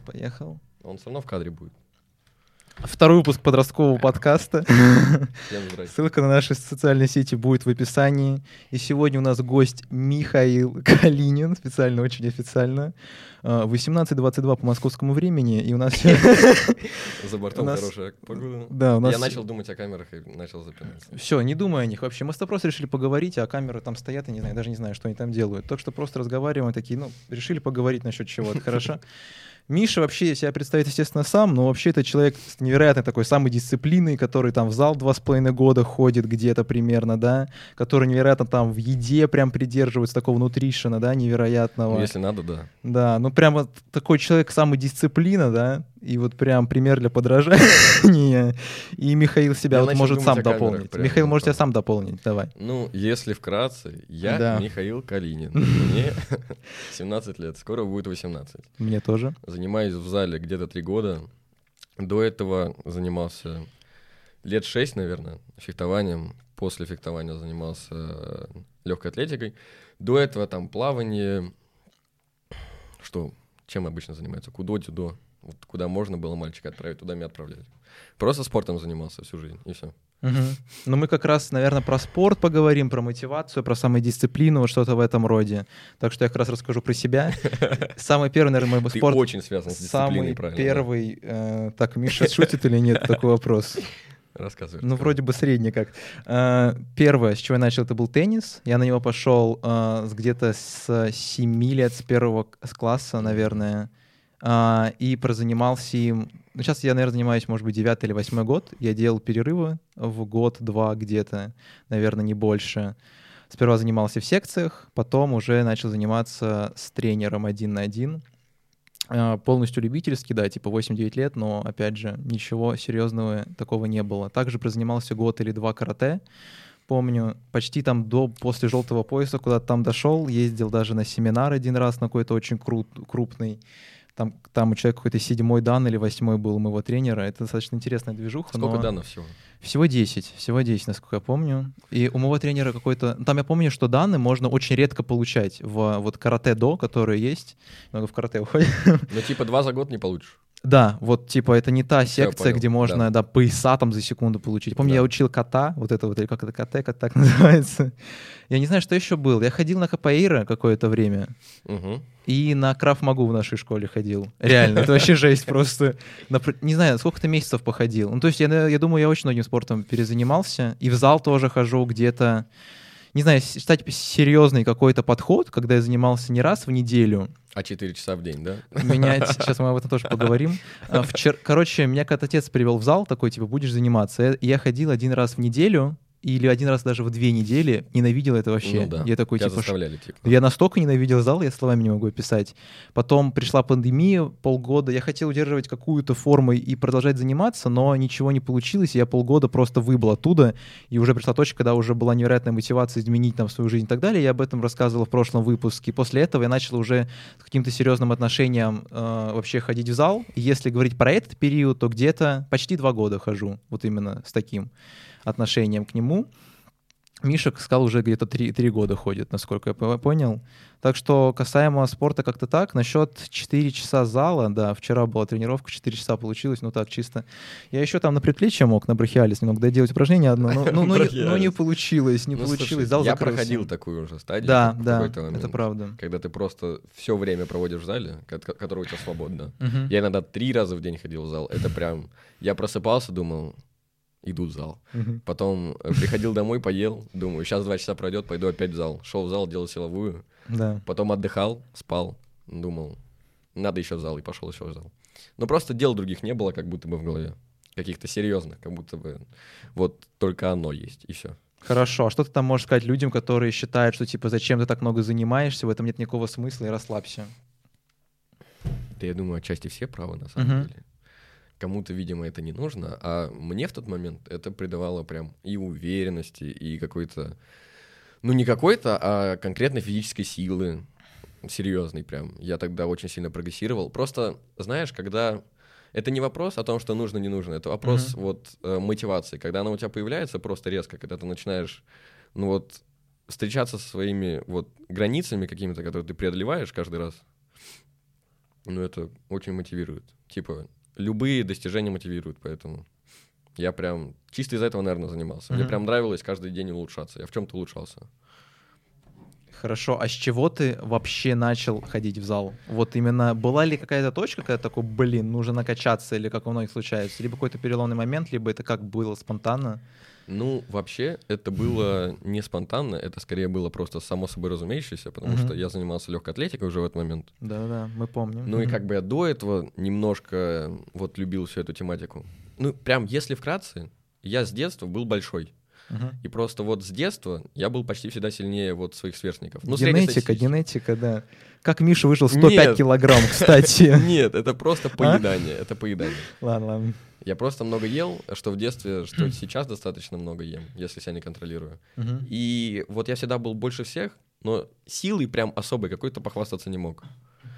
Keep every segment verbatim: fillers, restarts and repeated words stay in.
Поехал. Он все равно в кадре будет. Второй выпуск подросткового подкаста. Всем здрасте. Ссылка на наши социальные сети будет в описании. И сегодня у нас гость Михаил Калинин, специально, очень официально. восемнадцать двадцать два по московскому времени, и у нас... За бортом хорошая погода. Да, у нас... Я начал думать о камерах и начал запинаться. Все, не думай о них вообще. Мы с тобой просто решили поговорить, а камеры там стоят, и не знаю, даже не знаю, что они там делают. Так что просто разговариваем, такие, ну, решили поговорить насчет чего-то, хорошо? Миша вообще себя представит, естественно, сам, но вообще это человек с невероятной такой самой дисциплиной, который там в зал два с половиной года ходит где-то примерно, да, который невероятно там в еде прям придерживается такого нутришена, да, невероятного. Ну, если надо, да. Да, ну прямо такой человек самой дисциплина, да, и вот прям пример для подражания. И Михаил себя вот может сам дополнить. Михаил может себя сам дополнить, давай. Ну, если вкратце, я Да. Михаил Калинин. Мне семнадцать лет, скоро будет восемнадцать. Мне тоже. Занимаюсь в зале где-то три года. До этого занимался лет шесть, наверное, фехтованием. После фехтования занимался легкой атлетикой. До этого там плавание. Что, чем обычно занимаются? Кудо, дзюдо. Вот куда можно было мальчика отправить, туда меня отправляли. Просто спортом занимался всю жизнь, и все. Угу. Ну, мы как раз, наверное, про спорт поговорим, про мотивацию, про самодисциплину, вот что-то в этом роде. Так что я как раз расскажу про себя. Самый первый, наверное, мой спорт... Ты очень связан с дисциплиной, Самый правильно? первый... э, Так, Миша шутит или нет? Такой вопрос. Рассказывай. Ну, вроде бы средний как. Э, Первое, с чего я начал, это был теннис. Я на него пошел э, с где-то с семи лет, с первого с класса, наверное. Uh, и прозанимался им... Ну, сейчас я, наверное, занимаюсь, может быть, девятый или восьмой год. Я делал перерывы в год-два где-то, наверное, не больше. Сперва занимался в секциях, потом уже начал заниматься с тренером один на один. Uh, полностью любительски, да, типа восемь-девять лет, но, опять же, ничего серьезного такого не было. Также прозанимался год или два карате. Помню, почти там до, после желтого пояса куда-то там дошел, ездил даже на семинар один раз на какой-то очень крут, крупный. Там, там у человека какой-то седьмой дан или восьмой был у моего тренера. Это достаточно интересная движуха. Сколько но... данных всего? Всего десять. Всего десять, насколько я помню. И у моего тренера какой-то... Там я помню, что данные можно очень редко получать в вот карате-до, которые есть. Много в карате уходит. Ну, типа два за год не получишь. Да, вот типа это не та секция, понял, где можно да. да, пояса там за секунду получить. Помню, Да. я учил ката, вот это вот, или как это, кате, как так называется. Я не знаю, что еще было. Я ходил на капоэйра какое-то время. Угу. И на Крав-Магу в нашей школе ходил. Реально, это вообще жесть просто. Не знаю, сколько ты месяцев походил. Ну, то есть, я, я думаю, я очень многим спортом перезанимался. И в зал тоже хожу где-то. Не знаю, считать серьезный какой-то подход, когда я занимался не раз в неделю. А четыре часа в день, да? Меня, сейчас мы об этом тоже поговорим. Вчера, короче, меня когда отец привел в зал, такой, типа, будешь заниматься. Я ходил один раз в неделю, или один раз даже в две недели, ненавидел это вообще. Ну да, я такой, тебя типа, заставляли, типа. Я настолько ненавидел зал, я словами не могу описать. Потом пришла пандемия, полгода. Я хотел удерживать какую-то форму и продолжать заниматься, но ничего не получилось. И я полгода просто выбыл оттуда. И уже пришла точка, когда уже была невероятная мотивация изменить там свою жизнь и так далее. Я об этом рассказывал в прошлом выпуске. И после этого я начал уже с каким-то серьезным отношением э, вообще ходить в зал. И если говорить про этот период, то где-то почти два года хожу. Вот именно с таким отношением к нему. Миша сказал, уже где-то три, три года ходит, насколько я понял. Так что касаемо спорта как-то так. Насчет четыре часа зала, да, вчера была тренировка, четыре часа получилось, ну так, чисто. Я еще там на предплечье мог, на брахиалис немного доделать упражнение одно, но, но, но, не, но не получилось, не ну, получилось. Слушай, зал я закрылся. проходил такую уже стадию. Да, в да, какой-то момент, это правда. Когда ты просто все время проводишь в зале, которое у тебя свободно. Угу. Я иногда три раза в день ходил в зал. Это прям... Я просыпался, думал... Иду в зал. Uh-huh. Потом э, приходил домой, поел, думаю, сейчас два часа пройдет, пойду опять в зал. Шел в зал, делал силовую. Да. Потом отдыхал, спал, думал, надо еще в зал, и пошел еще в зал. Но просто дел других не было, как будто бы в голове. Каких-то серьезных, как будто бы вот только оно есть, и все. Хорошо. А что ты там можешь сказать людям, которые считают, что типа зачем ты так много занимаешься, в этом нет никакого смысла, и расслабься? Да я думаю, отчасти все правы, на самом Uh-huh. деле. Кому-то, видимо, это не нужно, а мне в тот момент это придавало прям и уверенности, и какой-то, ну не какой-то, а конкретно физической силы, серьезной прям. Я тогда очень сильно прогрессировал. Просто, знаешь, когда... Это не вопрос о том, что нужно, не нужно, это вопрос mm-hmm. вот э, мотивации. Когда она у тебя появляется просто резко, когда ты начинаешь, ну вот, встречаться со своими вот границами какими-то, которые ты преодолеваешь каждый раз, Ну, это очень мотивирует. Типа, любые достижения мотивируют, поэтому я прям чисто из-за этого, наверное, занимался. Mm-hmm. Мне прям нравилось каждый день улучшаться. Я в чем-то улучшался. Хорошо, а с чего ты вообще начал ходить в зал? Вот именно была ли какая-то точка, когда такой, блин, нужно накачаться, или как у многих случается? Либо какой-то переломный момент, либо это как было спонтанно? Ну, вообще, это было не спонтанно, это скорее было просто само собой разумеющееся, потому uh-huh. что я занимался легкой атлетикой уже в этот момент. Да-да, мы помним. Ну uh-huh. и как бы я до этого немножко вот любил всю эту тематику. Ну, прям если вкратце, я с детства был большой. Uh-huh. И просто вот с детства я был почти всегда сильнее вот своих сверстников. Ну, генетика, генетика, да. Как Миша вышел сто пять Нет. килограмм, кстати. Нет, это просто поедание, это поедание. Ладно, ладно. Я просто много ел, что в детстве, что сейчас достаточно много ем, если себя не контролирую. Uh-huh. И вот я всегда был больше всех, но силой прям особой какой-то похвастаться не мог.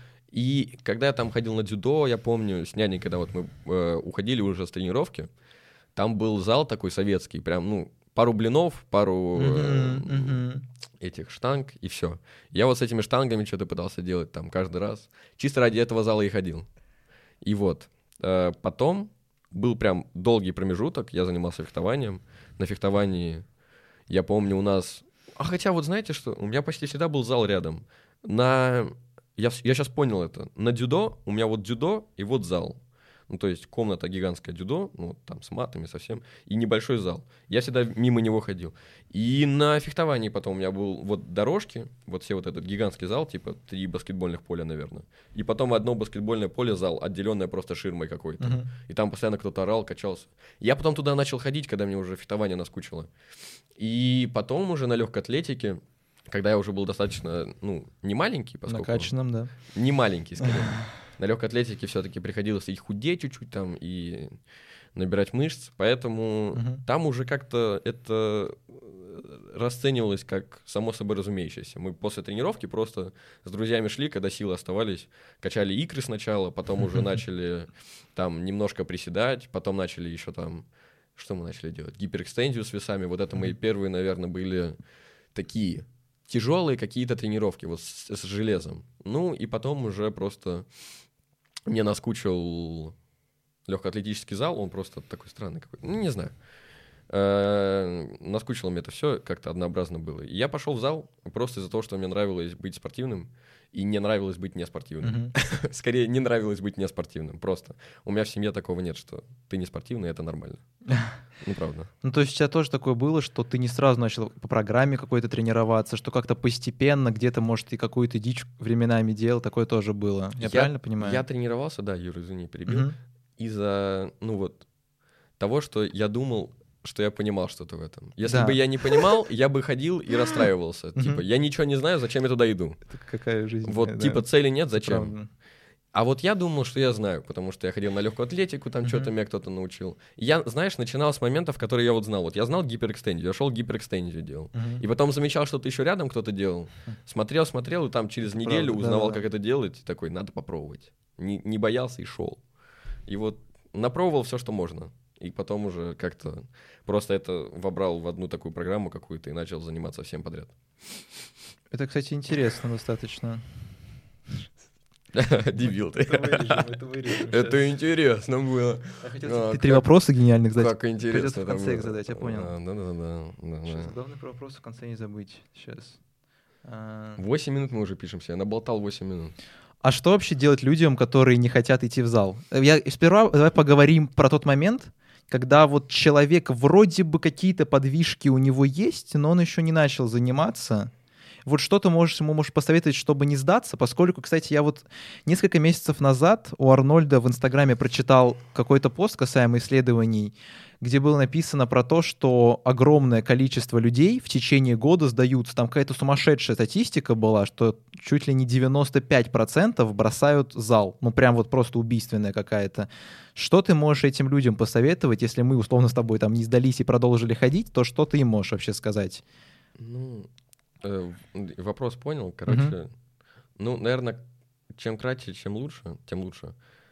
И когда я там ходил на дзюдо, я помню, с няней, когда вот мы э, уходили уже с тренировки, там был зал такой советский, прям, ну, пару блинов, пару uh-huh, uh-huh. этих штанг, и все. Я вот с этими штангами что-то пытался делать там каждый раз. Чисто ради этого зала и ходил. И вот. Э, потом был прям долгий промежуток, я занимался фехтованием. На фехтовании, я помню, у нас... А хотя вот знаете что? У меня почти всегда был зал рядом. На... Я, я сейчас понял это. На дзюдо, у меня вот дзюдо и вот зал. Ну, то есть комната гигантская дзюдо, ну, там с матами совсем, и небольшой зал. Я всегда мимо него ходил. И на фехтовании потом у меня был вот дорожки, вот все вот этот гигантский зал, типа три баскетбольных поля, наверное. И потом одно баскетбольное поле, зал, отделенное просто ширмой какой-то. Uh-huh. И там постоянно кто-то орал, качался. Я потом туда начал ходить, когда мне уже фехтование наскучило. И потом уже на легкой атлетике, когда я уже был достаточно, ну, не маленький, поскольку... Накачанным, да. Не маленький, скорее. На легкой атлетике все-таки приходилось и худеть чуть-чуть там, и набирать мышц, поэтому uh-huh. там уже как-то это расценивалось как само собой разумеющееся. Мы после тренировки просто с друзьями шли, когда силы оставались, качали икры сначала, потом уже начали там немножко приседать, потом начали еще там, что мы начали делать? Гиперэкстензию с весами. Вот это мои первые, наверное, были такие тяжелые какие-то тренировки вот с, с железом. Ну и потом уже просто... Мне наскучил легкоатлетический зал, он просто такой странный какой-то, ну, не знаю. Э-э- наскучило мне это все, как-то однообразно было. И я пошел в зал просто из-за того, что мне нравилось быть спортивным, и не нравилось быть неспортивным. Mm-hmm. Скорее, не нравилось быть неспортивным, просто. У меня в семье такого нет, что ты не спортивный, это нормально. Ну, правда. Ну, то есть у тебя тоже такое было, что ты не сразу начал по программе какой-то тренироваться, что как-то постепенно где-то, может, и какую-то дичь временами делал, такое тоже было. Я, я правильно понимаю? Я тренировался, да, Юра, извини, перебил, uh-huh. из-за, ну вот, того, что я думал, что я понимал что-то в этом. Если да. бы я не понимал, я бы ходил и расстраивался. Uh-huh. Типа, я ничего не знаю, зачем я туда иду? Это какая жизнь? Вот, да. типа, цели нет, зачем? Правда. А вот я думал, что я знаю, потому что я ходил на легкую атлетику, там uh-huh. что-то меня кто-то научил. Я, знаешь, начинал с моментов, которые я вот знал. Вот я знал гиперэкстензию, я шел гиперэкстензию делал. Uh-huh. И потом замечал, что-то еще рядом кто-то делал. Uh-huh. Смотрел, смотрел, и там через это неделю правда, узнавал, да, как да. это делать. И такой, надо попробовать. Не, не боялся и шел. И вот напробовал все, что можно. И потом уже как-то просто это вобрал в одну такую программу какую-то и начал заниматься всем подряд. Это, кстати, интересно достаточно. Дебил ты. Это вырежем, это вырежем. Это интересно было. Ты три вопроса гениальных задать. Как интересно. Придется в конце их задать, я понял. Да-да-да. Сейчас, главный вопрос в конце не забыть. Сейчас. Восемь минут мы уже пишемся. Я наболтал восемь минут. А что вообще делать людям, которые не хотят идти в зал? Я сперва давай поговорим про тот момент, когда вот человек вроде бы какие-то подвижки у него есть, но он еще не начал заниматься. Вот что ты можешь ему можешь посоветовать, чтобы не сдаться, поскольку, кстати, я вот несколько месяцев назад у Арнольда в Инстаграме прочитал какой-то пост касаемо исследований, где было написано про то, что огромное количество людей в течение года сдаются. Там какая-то сумасшедшая статистика была, что чуть ли не девяносто пять процентов бросают зал. Ну, прям вот просто убийственная какая-то. Что ты можешь этим людям посоветовать, если мы, условно, с тобой там не сдались и продолжили ходить, то что ты им можешь вообще сказать? Ну... Вопрос понял, короче, uh-huh. ну, наверное, чем кратче, чем лучше, тем лучше.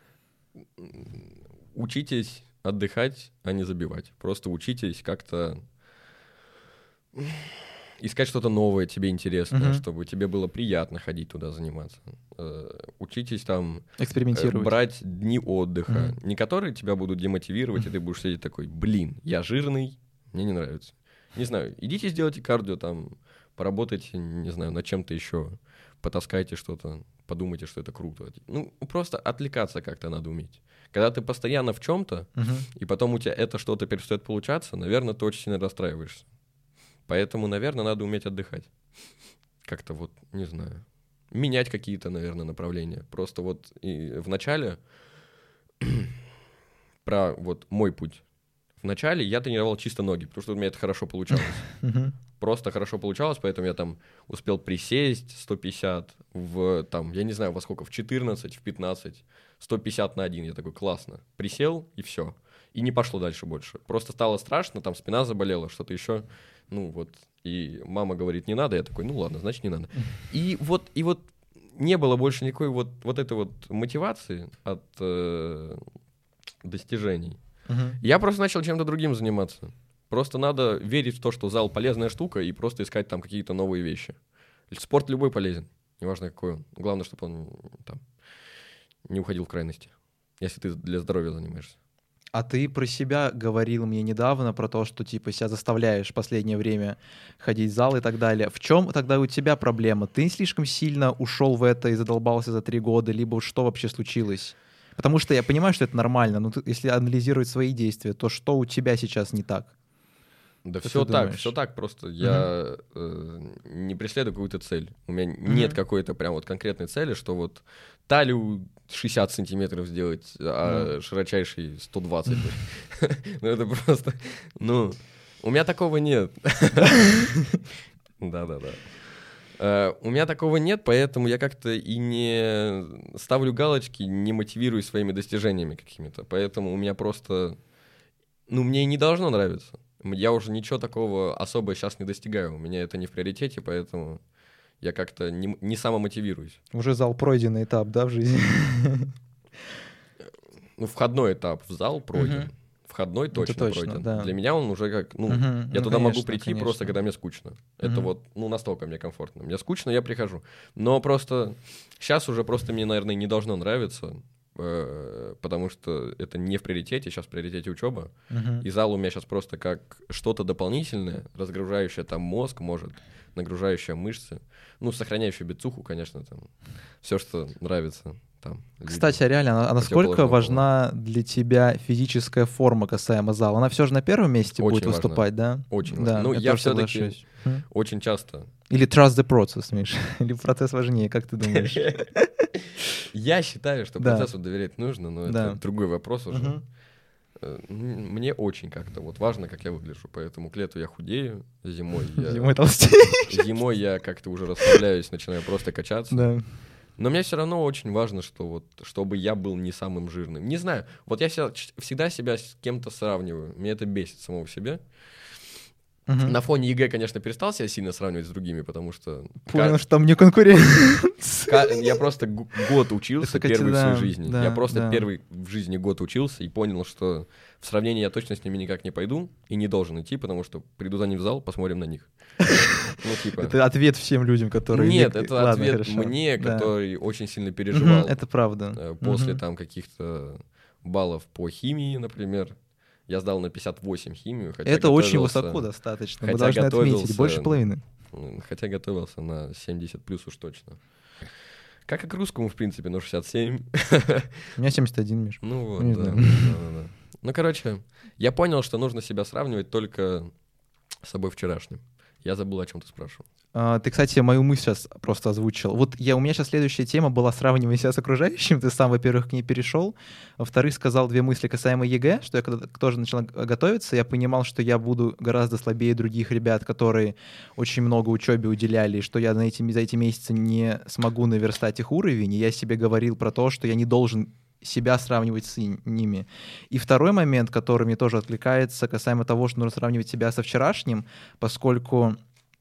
Учитесь отдыхать, а не забивать. Просто учитесь как-то искать что-то новое, тебе интересное, Мгм. чтобы тебе было приятно ходить туда заниматься. Э, Учитесь там э, Экспериментировать. брать дни отдыха, Мгм. не которые тебя будут демотивировать, и ты будешь сидеть такой, блин, я жирный, мне не нравится. Не знаю, идите сделайте кардио, там, поработайте, не знаю, над чем-то еще, потаскайте что-то, подумайте, что это круто. Ну, просто отвлекаться как-то надо уметь. Когда ты постоянно в чем-то, Мгм. и потом у тебя это что-то перестает получаться, наверное, ты очень сильно расстраиваешься. Поэтому, наверное, надо уметь отдыхать. Как-то вот, не знаю, менять какие-то, наверное, направления. Просто вот и в начале про вот мой путь. В начале я тренировал чисто ноги, потому что у меня это хорошо получалось. Мгм. Просто хорошо получалось, поэтому я там успел присесть сто пятьдесят в, там, я не знаю, во сколько, в четырнадцать, в пятнадцать, сто пятьдесят на один. Я такой, классно. Присел, и все. И не пошло дальше больше. Просто стало страшно, там спина заболела, что-то еще. Ну вот, и мама говорит, не надо. Я такой, ну ладно, значит, не надо. И вот, и вот не было больше никакой вот, вот этой вот мотивации от э, достижений. Мгм. Я просто начал чем-то другим заниматься. Просто надо верить в то, что зал полезная штука, и просто искать там какие-то новые вещи. Спорт любой полезен, неважно какой он. Главное, чтобы он там не уходил в крайности, если ты для здоровья занимаешься. А ты про себя говорил мне недавно, про то, что типа себя заставляешь в последнее время ходить в зал и так далее. В чем тогда у тебя проблема? Ты слишком сильно ушел в это и задолбался за три года, либо что вообще случилось? Потому что я понимаю, что это нормально, но ты- если анализировать свои действия, то что у тебя сейчас не так? Да Что все ты так, думаешь? все так, просто я э, не преследую какую-то цель. У меня нет Мгм. какой-то прям вот конкретной цели, что вот талию шестьдесят сантиметров сделать, а широчайший сто двадцать. Ну это просто, ну, у меня такого нет. Да-да-да. Э, У меня такого нет, поэтому я как-то и не ставлю галочки, не мотивируюсь своими достижениями какими-то. Поэтому у меня просто... Ну, мне и не должно нравиться. М, Я уже ничего такого особо сейчас не достигаю. У меня это не в приоритете, поэтому я как-то не, м- не самомотивируюсь. Уже зал пройденный этап, да, в жизни? Ну, входной этап в зал пройден. Мгм. Входной Это точно, точно, пройден. да. Для меня он уже как... Ну, Мгм. я Ну, туда могу конечно, прийти просто, конечно. когда мне скучно. Это Мгм. вот, ну, настолько мне комфортно. Мне скучно, я прихожу. Но просто сейчас уже просто мне, наверное, не должно нравиться, э, потому что это не в приоритете, сейчас в приоритете учеба. Мгм. И зал у меня сейчас просто как что-то дополнительное, разгружающее там мозг, может, нагружающее мышцы. Ну, сохраняющее бицуху, конечно, там. Все, что нравится там. людям. Кстати, а реально, а- а насколько Противоположного важна для тебя физическая форма касаемо зала? Она все же на первом месте Очень будет важна. выступать, да? Очень Да, важно. Ну, я я тоже всё-таки соглашусь. Мгм. Очень часто. Или trust the process, Миш? Или процесс важнее, как ты думаешь? Я считаю, что Да. процессу доверять нужно, но Да. это другой вопрос уже. Мгм. Э, м, Мне очень как-то вот важно, как я выгляжу, поэтому к лету я худею, зимой я... Зимой толстеешь. Зимой я как-то уже расслабляюсь, начинаю просто качаться. Да. Но мне все равно очень важно, что вот, чтобы я был не самым жирным. Не знаю, вот я ся- ч- всегда себя с кем-то сравниваю. Меня это бесит самого себя. Мгм. На фоне ЕГЭ, конечно, перестал себя сильно сравнивать с другими, потому что... Понял, ка- что там не конкурент. ка- Я просто г- год учился, Это, первый в да, своей жизни. да, Я просто да. первый в жизни год учился и понял, что в сравнении я точно с ними никак не пойду и не должен идти, потому что приду за ними в зал, посмотрим на них. Ну, типа... Это ответ всем людям, которые... Нет, не- это Ладно, ответ хорошо. мне, Да. который очень сильно Мгм, переживал. это правда. Э, После Мгм. там каких-то баллов по химии, например, я сдал на пятьдесят восемь химию, хотя Это очень готовился- высоко достаточно. Мы хотя должны отметить. готовился- Больше половины. м, Хотя готовился на семьдесят плюс уж точно. Как и к русскому, в принципе, на шестьдесят семь. У меня семьдесят один, Миш. Ну вот, Не да, знаю. да, да, да. Ну, короче, я понял, что нужно себя сравнивать только с собой вчерашним. Я забыл, о чем ты спрашивал. А, Ты, кстати, мою мысль сейчас просто озвучил. Вот я, у меня сейчас следующая тема была сравнивание себя с окружающим. Ты сам, во-первых, к ней перешел. Во-вторых, сказал две мысли касаемо ЕГЭ, что я когда тоже начал готовиться, я понимал, что я буду гораздо слабее других ребят, которые очень много учебе уделяли, и что я на эти, за эти месяцы не смогу наверстать их уровень. И я себе говорил про то, что я не должен себя сравнивать с и- ними. И второй момент, который мне тоже откликается, касаемо того, что нужно сравнивать себя со вчерашним, поскольку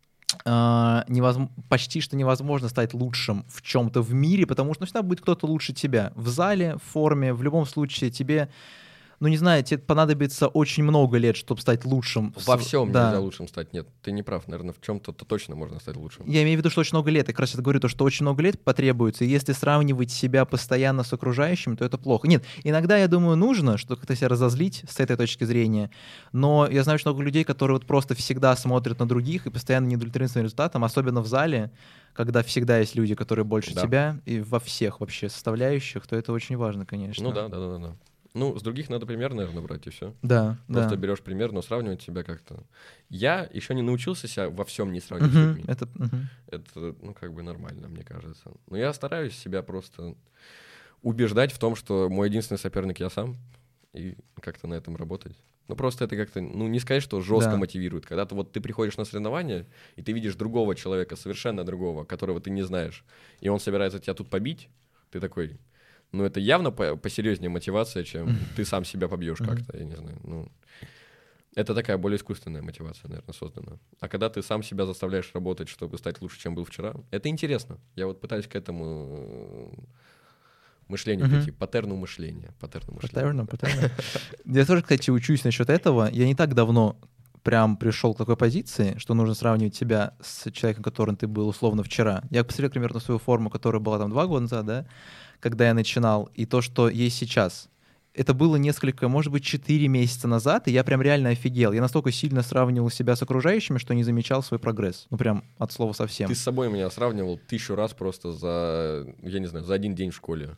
а, невозм- почти что невозможно стать лучшим в чем-то в мире, потому что ну, всегда будет кто-то лучше тебя. В зале, в форме, в любом случае тебе ну не знаю, тебе понадобится очень много лет, чтобы стать лучшим. Во всем да. нельзя лучшим стать. Нет, ты не прав. Наверное, в чем-то то точно можно стать лучшим. Я имею в виду, что очень много лет. Я как раз это говорю, то, что очень много лет потребуется. И если сравнивать себя постоянно с окружающим, то это плохо. Нет, иногда, я думаю, нужно, чтобы как-то себя разозлить с этой точки зрения. Но я знаю очень много людей, которые вот просто всегда смотрят на других и постоянно не удовлетворены своим результатом, особенно в зале, когда всегда есть люди, которые больше Да. тебя, и во всех вообще составляющих, то это очень важно, конечно. Ну да, да, да, да. Ну, с других надо пример, наверное, брать, и все. Да, Просто да. берешь пример, но сравнивать себя как-то. Я еще не научился себя во всем не сравнивать Мгм, с людьми. это, мгм. Это, ну, как бы нормально, мне кажется. Но я стараюсь себя просто убеждать в том, что мой единственный соперник я сам, и как-то на этом работать. Ну, просто это как-то, ну, не сказать, что жестко Да. мотивирует. Когда ты вот ты приходишь на соревнования, и ты видишь другого человека, совершенно другого, которого ты не знаешь, и он собирается тебя тут побить, ты такой... Ну, это явно по- посерьезнее мотивация, чем ты сам себя побьешь Мгм. как-то, я не знаю. Ну, это такая более искусственная мотивация, наверное, создана. А когда ты сам себя заставляешь работать, чтобы стать лучше, чем был вчера, это интересно. Я вот пытаюсь к этому э, мышлению Мгм. прийти, паттерну мышления. Паттерну мышления. Паттерна, паттерна. Я тоже, кстати, учусь насчет этого. Я не так давно прям пришел к такой позиции, что нужно сравнивать себя с человеком, которым ты был условно вчера. Я посмотрел примерно свою форму, которая была там два года назад, да, когда я начинал, и то, что есть сейчас. Это было несколько, может быть, четыре месяца назад, и я прям реально офигел. Я настолько сильно сравнивал себя с окружающими, что не замечал свой прогресс. Ну, прям от слова совсем. Ты с собой меня сравнивал тысячу раз просто за, я не знаю, за один день в школе.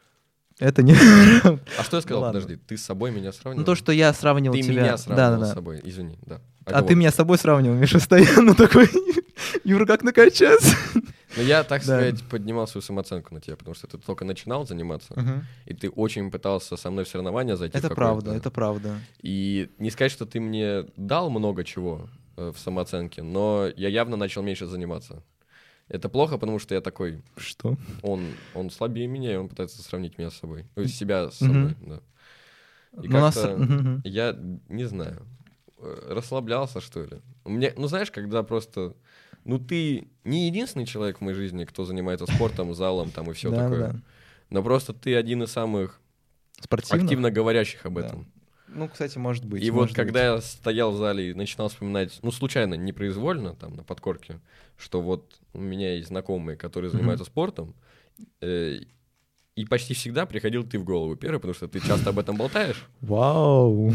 Это не... А что я сказал? Ну ладно. Подожди, ты с собой меня сравнивал? Ну, то, что я сравнивал Ты тебя... меня сравнивал Да-да-да. с собой, извини, да. А ты меня с собой сравнивал, Миша, постоянно такой, Юра, как накачаться? Ну, я, так Да. сказать, поднимал свою самооценку на тебя, потому что ты только начинал заниматься, Мгм. и ты очень пытался со мной в соревнования зайти. Это в правда, какое-то. это правда. И не сказать, что ты мне дал много чего э, в самооценке, но я явно начал меньше заниматься. Это плохо, потому что я такой, Что? он, он слабее меня, и он пытается сравнить меня с собой. То есть себя с Мгм. собой, да. И Ну, у нас- как-то Мгм. я, не знаю, э, расслаблялся, что ли. Мне, ну, знаешь, когда просто... Ну, ты не единственный человек в моей жизни, кто занимается спортом, залом там и все Да, такое. да. Но просто ты один из самых Спортивно? активно говорящих об Да. этом. Ну, кстати, может быть. И вот может когда быть. я стоял в зале и начинал вспоминать, ну, случайно, непроизвольно, там, на подкорке, что вот у меня есть знакомые, которые Мгм. занимаются спортом, э, и почти всегда приходил ты в голову первый, потому что ты часто об этом болтаешь. Вау.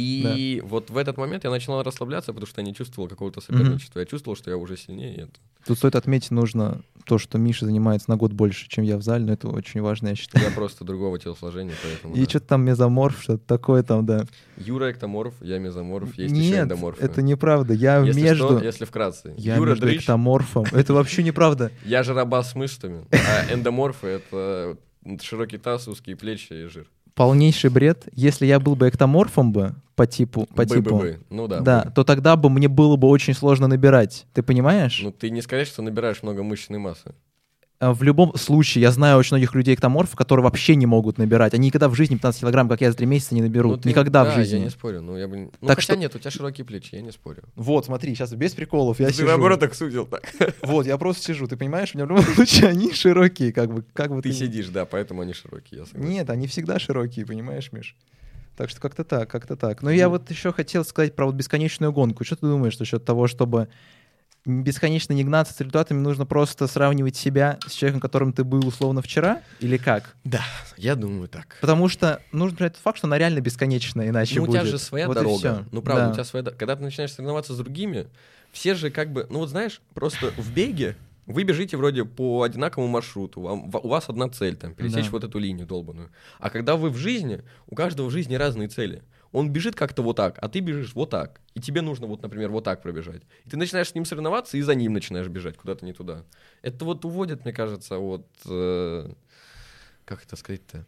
И вот в этот момент я начинал расслабляться, потому что я не чувствовал какого-то соперничества. Я чувствовал, что я уже сильнее. и это- Тут стоит отметить нужно то, что Миша занимается на год больше, чем я в зале, но это очень важно, я считаю. Я просто другого телосложения, поэтому... И да. что-то там мезоморф, что-то такое там, да. Юра эктоморф, я мезоморф, есть еще Нет, эндоморфы. это неправда. Я Если между... что, если вкратце. Я Юра между дрыщ, эктоморфом. Это вообще неправда. я жиробас с мышцами, а эндоморфы — это широкий таз, узкие плечи и жир. Полнейший бред. Если я был бы эктоморфом бы по типу, по типу, Бы-бы-бы. Ну да. да, бы. то тогда бы мне было бы очень сложно набирать. Ты понимаешь? Ну ты не скажешь, что набираешь много мышечной массы. А В любом случае, я знаю очень многих людей эктоморфов, которые вообще не могут набирать. Они никогда в жизни пятнадцать килограмм, как я, за три месяца не наберут. Ну, ты- Никогда да, в жизни. я не спорю. Ну, я бы... ну Так хотя что- нет, у тебя широкие плечи, я не спорю. Вот, смотри, сейчас без приколов я Ты сижу. наоборот так судил так. Вот, я просто сижу, ты понимаешь? У меня в любом случае они широкие, как бы. Как бы Ты ни- сидишь, да, поэтому они широкие, я согласен. Нет, они всегда широкие, понимаешь, Миш? Так что как-то так, как-то так. Но я вот еще хотел сказать про вот бесконечную гонку. Что ты думаешь насчет того, чтобы бесконечно не гнаться с результатами, нужно просто сравнивать себя с человеком, которым ты был условно вчера, или как? Да, я думаю так. Потому что нужно принять тот факт, что она реально бесконечная, иначе Ну, у будет. тебя же своя Вот и дорога. всё. Ну, правда, Да. у тебя своя дорога. Когда ты начинаешь соревноваться с другими, все же как бы, ну вот знаешь, просто в беге вы бежите вроде по одинаковому маршруту, вам- в- у вас одна цель, там, пересечь Да. вот эту линию долбаную. А когда вы в жизни, у каждого в жизни разные цели. Он бежит как-то вот так, а ты бежишь вот так. И тебе нужно вот, например, вот так пробежать. И ты начинаешь с ним соревноваться, и за ним начинаешь бежать куда-то не туда. Это вот уводит, мне кажется, от... э, как это сказать-то?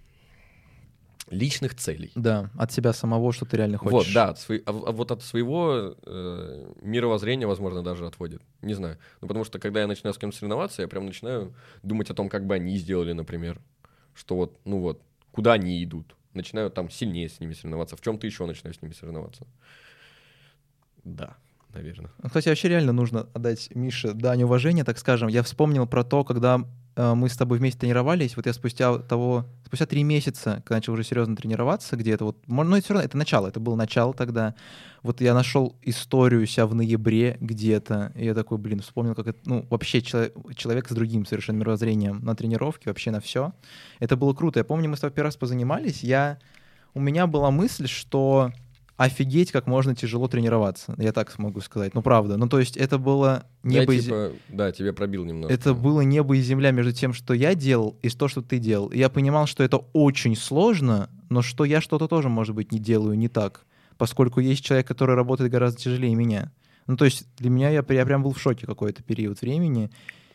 Личных целей. Да, от себя самого, что ты реально хочешь. Вот, да, от свои- а, в- а вот от своего э, мировоззрения, возможно, даже отводит. Не знаю. Ну, потому что, когда я начинаю с кем-то соревноваться, я прям начинаю думать о том, как бы они сделали, например. Что вот, ну вот, куда они идут. Начинаю там сильнее с ними соревноваться. В чем-то еще начинаю с ними соревноваться. Да. наверное. Кстати, вообще реально нужно отдать Мише дань уважения, так скажем. Я вспомнил про то, когда э, мы с тобой вместе тренировались, вот я спустя того, спустя три месяца, когда начал уже серьезно тренироваться где-то, вот, ну, это все равно, это начало, это было начало тогда, вот я нашел историю себя в ноябре где-то, и я такой, блин, вспомнил, как это, ну, вообще человек, человек с другим совершенно мировоззрением на тренировке, вообще на все. Это было круто. Я помню, мы с тобой первый раз позанимались, я, у меня была мысль, что офигеть, как можно тяжело тренироваться, я так смогу сказать. Ну, правда. Ну, то есть это было небо да, и типа, да, тебе пробил немного. Это было небо и земля между тем, что я делал, и то, что ты делал. И я понимал, что это очень сложно, но что я что-то тоже, может быть, не делаю не так, поскольку есть человек, который работает гораздо тяжелее меня. Ну, то есть для меня я, я прям был в шоке какой-то период времени,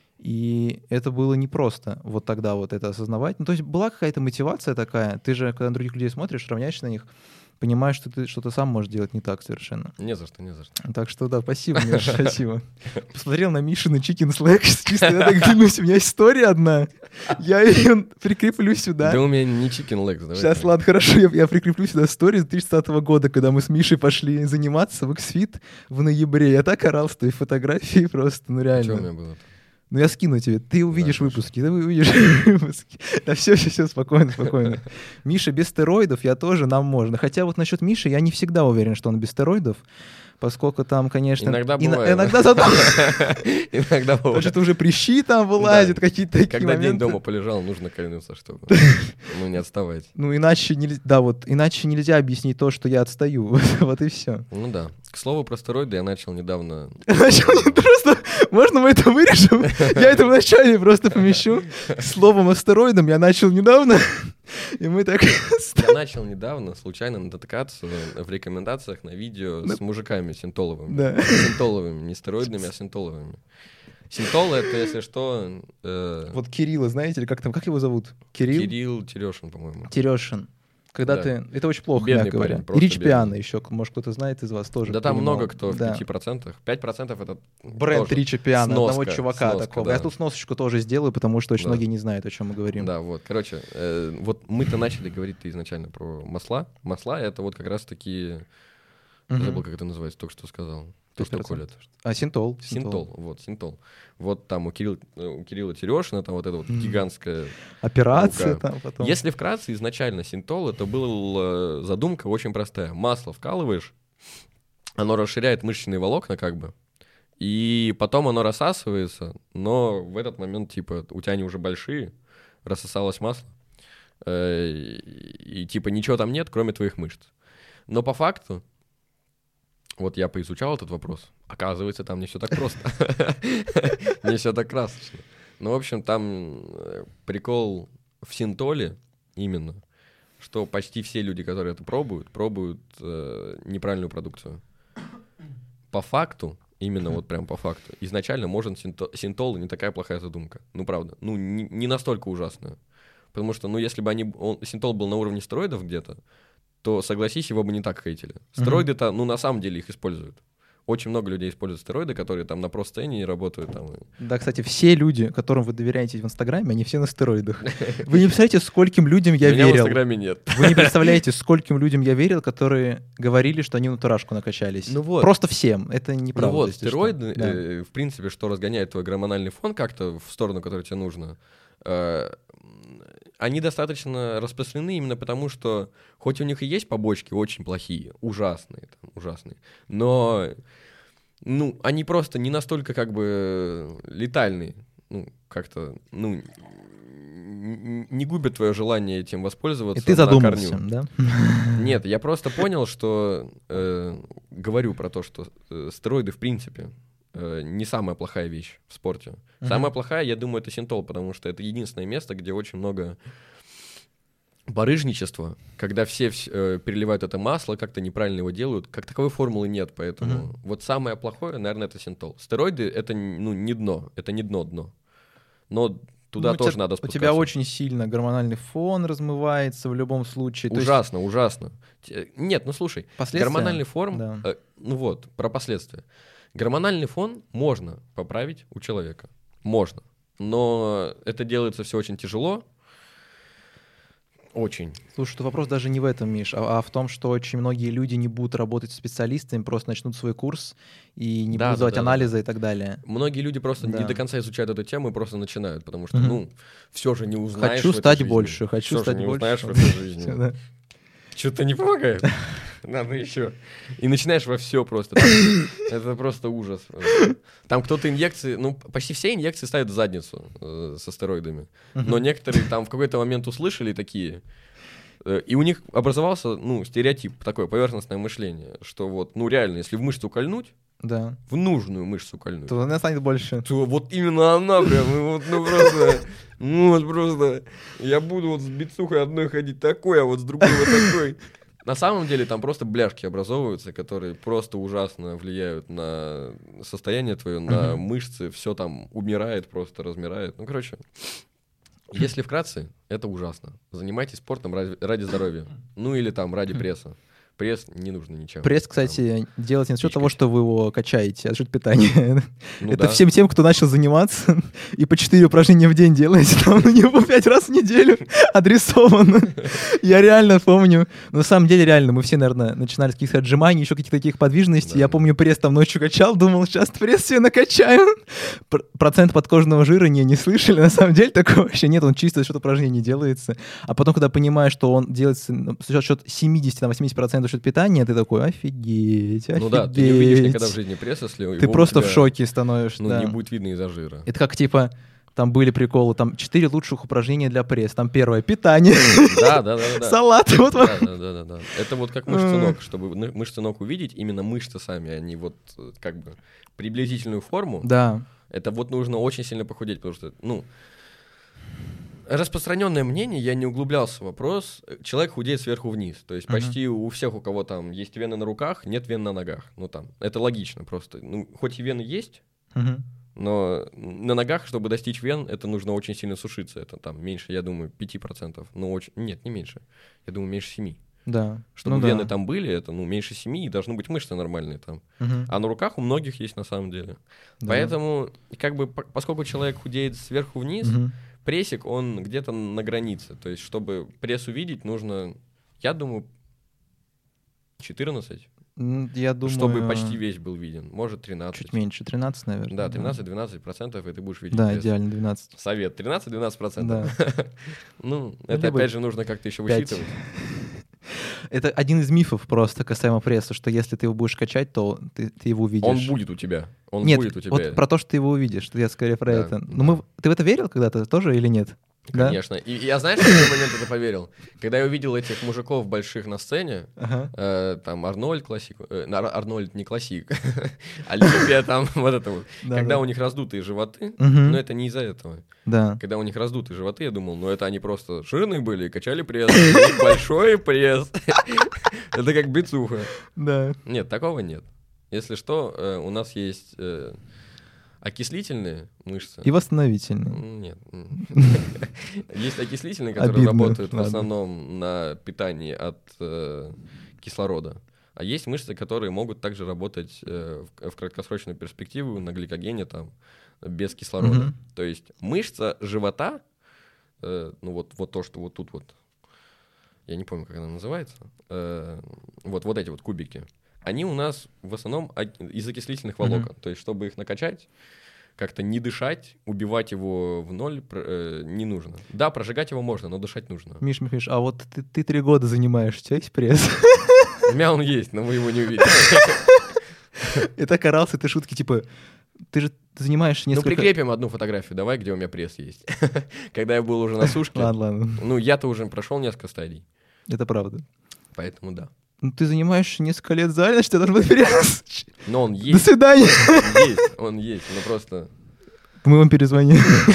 и это было непросто вот тогда вот это осознавать. Ну, то есть была какая-то мотивация такая. Ты же, когда на других людей смотришь, равняешься на них, понимаешь, что ты что-то сам можешь делать не так совершенно. Не за что, не за что. Так что да, спасибо, Миша, спасибо. Посмотрел на Мишину Chicken Slack, чисто я так клянусь, у меня история одна. Я ее прикреплю сюда. Да у меня не Chicken Legs, давай. Сейчас, ладно, хорошо, я, я прикреплю сюда историю две тысячи двадцатого года, когда мы с Мишей пошли заниматься в X-Fit в ноябре. Я так орал с той фотографией просто, ну реально. Что у меня было? Ну, я скину тебе, ты увидишь да, выпуски, ты увидишь выпуски. Да все, все, все, спокойно, спокойно. Миша без стероидов, я тоже, нам можно. Хотя вот насчет Миши я не всегда уверен, что он без стероидов, поскольку там, конечно... Иногда ин- бывает. Иногда зато... Иногда Потому бывает. что уже прыщи там вылазят, Да. какие-то такие Когда моменты. день дома полежал, нужно кольнуться, чтобы ну, не отставать. Ну, иначе нельзя... Да, вот, иначе нельзя объяснить то, что я отстаю. Вот и все. Ну да. К слову про стероиды я начал недавно... Начал не просто... Можно мы это вырежем? Я это вначале просто помещу. Словом о стероидам я начал недавно. И мы так... Я начал недавно случайно натыкаться в рекомендациях на видео с мужиками синтоловыми. Да. Синтоловыми, не стероидными, а синтоловыми. Синтол — это, если что... э, Вот Кирилла, знаете, или как там, как его зовут? Кирилл? Кирилл Терешин, по-моему. Терешин. Когда Да. ты... Это очень плохо, Бедный мягко говоря. парень, И просто Рич бедный. Пиано еще, может, кто-то знает из вас тоже. Да там понимал. много кто в Да. пяти процентах. пять процентов это Бренд тоже Рича Пиано, одного сноска, чувака сноска, такого. да. Я тут сносочку тоже сделаю, потому что очень Да. многие не знают, о чем мы говорим. Да, вот, короче, э, вот мы-то начали говорить-то изначально про масла. Масла — это вот как раз-таки... Мгм. Забыл, как это называется, только что сказал. То, что пять процентов. колят. А, синтол. Синтол, вот, синтол. Вот там у, Кирилл, у Кирилла Терешина там вот эта вот Мгм. гигантская... Операция Рука. там потом. Если вкратце, изначально синтол — это была задумка очень простая. Масло вкалываешь, оно расширяет мышечные волокна как бы, и потом оно рассасывается, но в этот момент, типа, у тебя они уже большие, рассосалось масло, э, и, и, типа, ничего там нет, кроме твоих мышц. Но по факту, вот я поизучал этот вопрос, оказывается, там не все так просто. Не все так красочно. Ну, в общем, там э, прикол в синтоле именно, что почти все люди, которые это пробуют, пробуют э, неправильную продукцию. По факту, именно вот прям по факту, изначально, может, синто- синтол не такая плохая задумка. Ну, правда. Ну, не, не настолько ужасная. Потому что, ну, если бы они, он, синтол был на уровне стероидов где-то, то, согласись, его бы не так хейтили. Стероиды-то, ну, на самом деле их используют. Очень много людей используют стероиды, которые там на про-сцене работают. Там, и... Да, кстати, все люди, которым вы доверяете в Инстаграме, они все на стероидах. Вы не представляете, скольким людям я Меня в верил. Инстаграме нет. Вы не представляете, скольким людям я верил, которые говорили, что они на натурашку накачались. Ну вот. Просто всем. Это неправда. Ну вот, если что. стероиды, Да. э, в принципе, что разгоняет твой гормональный фон как-то в сторону, которая тебе нужна, э, они достаточно распространены именно потому, что хоть у них и есть побочки очень плохие, ужасные, там, ужасные, но ну, они просто не настолько как бы летальные, ну, как-то, ну, н- не губят твое желание этим воспользоваться. И ты на задумался, корню. да? Нет, я просто понял, что э, говорю про то, что э, стероиды в принципе э, не самая плохая вещь в спорте. Мгм. Самая плохая, я думаю, это синтол, потому что это единственное место, где очень много барыжничества, когда все вс- э, переливают это масло, как-то неправильно его делают. Как таковой формулы нет, поэтому Мгм. вот самое плохое, наверное, это синтол. Стероиды — это ну, не дно, это не дно-дно. Но туда Ну, у тоже тебя- надо У спускаться. тебя очень сильно гормональный фон размывается в любом случае. То есть Ужасно, ужасно. Те- Нет, ну слушай, последствия- гормональный фон, да. э, ну вот, про последствия. Гормональный фон можно поправить у человека. Можно. Но это делается все очень тяжело, Очень. Слушай, то вопрос даже не в этом, Миш, а, а в том, что очень многие люди не будут работать специалистами, просто начнут свой курс и не Да, будут да, делать да, анализы да. и так далее. Многие люди просто Да. не до конца изучают эту тему и просто начинают, потому что, Мгм. ну, все же не узнаешь Хочу в этой стать жизни. больше, хочу Всё же стать не больше. узнаешь в этой жизни. Да. Что-то не помогает. Надо еще. И начинаешь во все просто. Там, это просто ужас. Там кто-то инъекции, ну, почти все инъекции ставят в задницу э, со стероидами. Но некоторые там в какой-то момент услышали такие, э, и у них образовался, ну, стереотип, такое поверхностное мышление, что вот, ну, реально, если в мышцу кольнуть, Да. в нужную мышцу кольнуть, То она станет больше. то вот именно она прям, и вот, ну, просто, ну, вот просто, я буду вот с бицухой одной ходить такой, а вот с другой вот такой. На самом деле там просто бляшки образовываются, которые просто ужасно влияют на состояние твое, на Мгм. мышцы, все там умирает, просто размирает. Ну, короче, если вкратце, это ужасно. Занимайтесь спортом ради, ради здоровья. Ну или там ради пресса. Пресс не нужно ничем. Пресс, кстати, делать не за счет пичкать. того, что вы его качаете, а за счет питания. Ну Это да. всем тем, кто начал заниматься и по четыре упражнения в день делаете, там на него пять раз в неделю адресовано. Я реально помню. На самом деле, реально, мы все, наверное, начинали с каких-то отжиманий, еще каких-то таких подвижностей. Да. Я помню, пресс там ночью качал, думал, сейчас пресс себе накачаю. Пр- Процент подкожного жира не, не слышали. На самом деле такого вообще нет, он чисто за счет упражнений делается. А потом, когда понимаешь, что он делается ну, за счет семьдесят-восемьдесят процентов за счет питания, ты такой, офигеть, офигеть. Ну да, ты не увидишь никогда в жизни пресс, если Ты его у просто в тебя, шоке становишься. Ну, да. не будет видно из-за жира. Это как, типа, там были приколы, там четыре лучших упражнения для пресс. Там первое — питание, Да, да, да, да. салат. Вот вам. Да, да, да, да, да. Это вот как мышцы ног, чтобы ны- мышцы ног увидеть, именно мышцы сами, они вот э, как бы приблизительную форму. Да. Это вот нужно очень сильно похудеть, потому что, ну, распространенное мнение, я не углублялся в вопрос, человек худеет сверху вниз. То есть Мгм. почти у всех, у кого там есть вены на руках, нет вен на ногах. Ну там, это логично просто. Ну, хоть и вены есть, Мгм. но на ногах, чтобы достичь вен, это нужно очень сильно сушиться. Это там меньше, я думаю, пять процентов. Ну, очень... Нет, не меньше. Я думаю, меньше семи. Да. Чтобы Ну да. вены там были, это ну, меньше семи, и должны быть мышцы нормальные там. Мгм. А на руках у многих есть на самом деле. Да. Поэтому, как бы, по- поскольку человек худеет сверху вниз, Мгм. прессик, он где-то на границе. То есть, чтобы пресс увидеть, нужно, я думаю, четырнадцать, М, Я думаю... чтобы почти весь был виден. Может, тринадцать. Чуть меньше, тринадцать, наверное. Да, тринадцать-двенадцать процентов, и ты будешь видеть Да, пресс. идеально, двенадцать. Совет, тринадцать-двенадцать процентов. Да. Ну, это либо опять же нужно как-то еще пять. высчитывать. Это один из мифов просто касаемо пресса, что если ты его будешь качать, то ты, ты его увидишь. Он будет у тебя. Он Нет, будет у тебя. вот про то, что ты его увидишь, что я скорее про Да, это. да. Ну, мы... Ты в это верил когда-то тоже или нет? Да? Конечно. И и я, знаешь, в какой момент это поверил? Когда я увидел этих мужиков больших на сцене, Ага. э, там Арнольд классик, э, Ар- Арнольд не классик, Олимпия там, вот это вот. Да, Когда да. у них раздутые животы, Мгм. но это не из-за этого. Да. Когда у них раздутые животы, я думал, ну это они просто жирные были и качали пресс. У них большой пресс. Это как бицуха. Да. Нет, такого нет. Если что, э, у нас есть э, окислительные мышцы. И восстановительный. М, Нет. м. Есть окислительные, которые Обидно, работают в ладно. основном на питании от э, кислорода. А есть мышцы, которые могут также работать э, в, в краткосрочную перспективу на гликогене там без кислорода. Мгм. То есть мышца живота, э, ну вот, вот то, что вот тут вот, я не помню, как она называется, э, вот, вот эти вот кубики, они у нас в основном ок- из окислительных Мгм. волокон. То есть чтобы их накачать, как-то не дышать, убивать его в ноль пр- э, не нужно. Да, прожигать его можно, но дышать нужно. Миш, Миш, Миш, а вот ты, ты три года занимаешься, у тебя есть пресс? У меня он есть, но вы его не увидите. И так орался, ты шутки, типа, ты же занимаешься Ну, несколько... прикрепим одну фотографию, давай, где у меня пресс есть. Когда я был уже на сушке, Ладно, ладно, ну, я-то уже прошел несколько стадий, это правда. поэтому да. Ну, ты занимаешься несколько лет в зале, значит, у тебя должен быть пресс. Но он До есть, свидания. он есть, он есть, но просто... Мы вам перезвоним,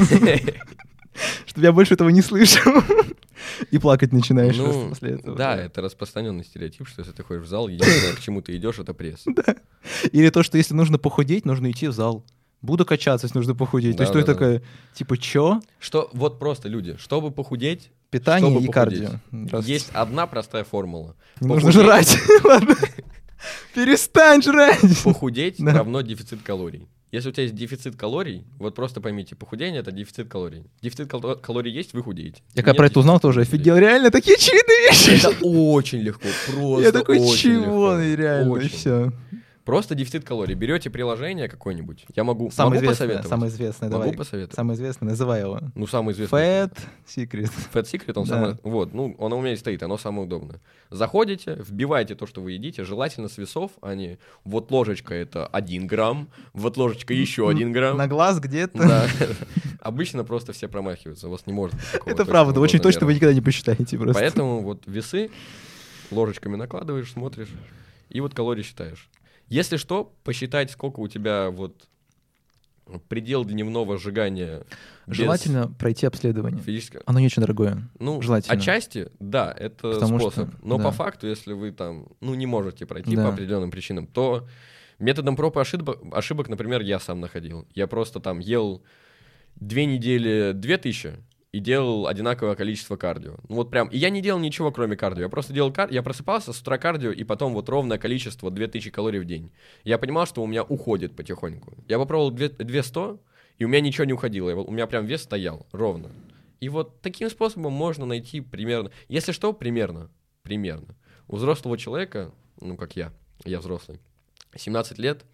чтобы я больше этого не слышал. И плакать начинаешь Ну, просто после этого. да, это распространенный стереотип, что если ты ходишь в зал, единственное, к чему ты идешь, это пресс. Или то, что если нужно похудеть, нужно идти в зал. Буду качаться, если нужно похудеть. То есть, что это Да-да-да. такое, типа, чё? Что, вот просто, люди, чтобы похудеть, Питание чтобы и похудеть, кардио. Здравствуйте. есть одна простая формула. Не нужно Похудеть- жрать. Ладно. Перестань жрать. Похудеть Да. равно дефицит калорий. Если у тебя есть дефицит калорий, вот просто поймите, похудение — это дефицит калорий. Дефицит кал- калорий есть, вы худеете. Я когда про это узнал, тоже офигел. Реально, такие очевидные вещи. Это очень легко, просто Я такой, очень чего? легко. Реально, Очень. все. Просто дефицит калорий. Берете приложение какое-нибудь. Я могу, Самое могу известное, посоветовать. самое известное, Могу давай. посоветовать. Самое известное, называй его. Ну, самый известный. Fat Secret. Fat Secret, он Да. самый... Вот, ну, он у меня и стоит, оно самое удобное. Заходите, вбиваете то, что вы едите, желательно с весов, а не вот ложечка — это один грамм, вот ложечка еще один грамм. На глаз где-то. Да. Обычно просто все промахиваются, у вас не может быть такого Это точного правда, очень глазомера. точно вы никогда не посчитаете просто. Поэтому вот весы ложечками накладываешь, смотришь, и вот калории считаешь. Если что, посчитать, сколько у тебя вот предел дневного сжигания. без Желательно пройти обследование. физического. Оно не очень дорогое. Ну, Желательно. отчасти, да, это Потому способ. что, Но да. по факту, если вы там, ну, не можете пройти Да. по определенным причинам, то методом проб и ошибок, ошибок, например, я сам находил. Я просто там ел две недели две тысячи и делал одинаковое количество кардио. Ну вот прям, и я не делал ничего, кроме кардио. Я просто делал кардио, я просыпался с утра кардио, и потом вот ровное количество две тысячи калорий в день. Я понимал, что у меня уходит потихоньку. Я попробовал двести, и у меня ничего не уходило. Я- у меня прям вес стоял ровно. И вот таким способом можно найти примерно, если что, примерно, примерно. У взрослого человека, ну как я, я взрослый, семнадцать лет,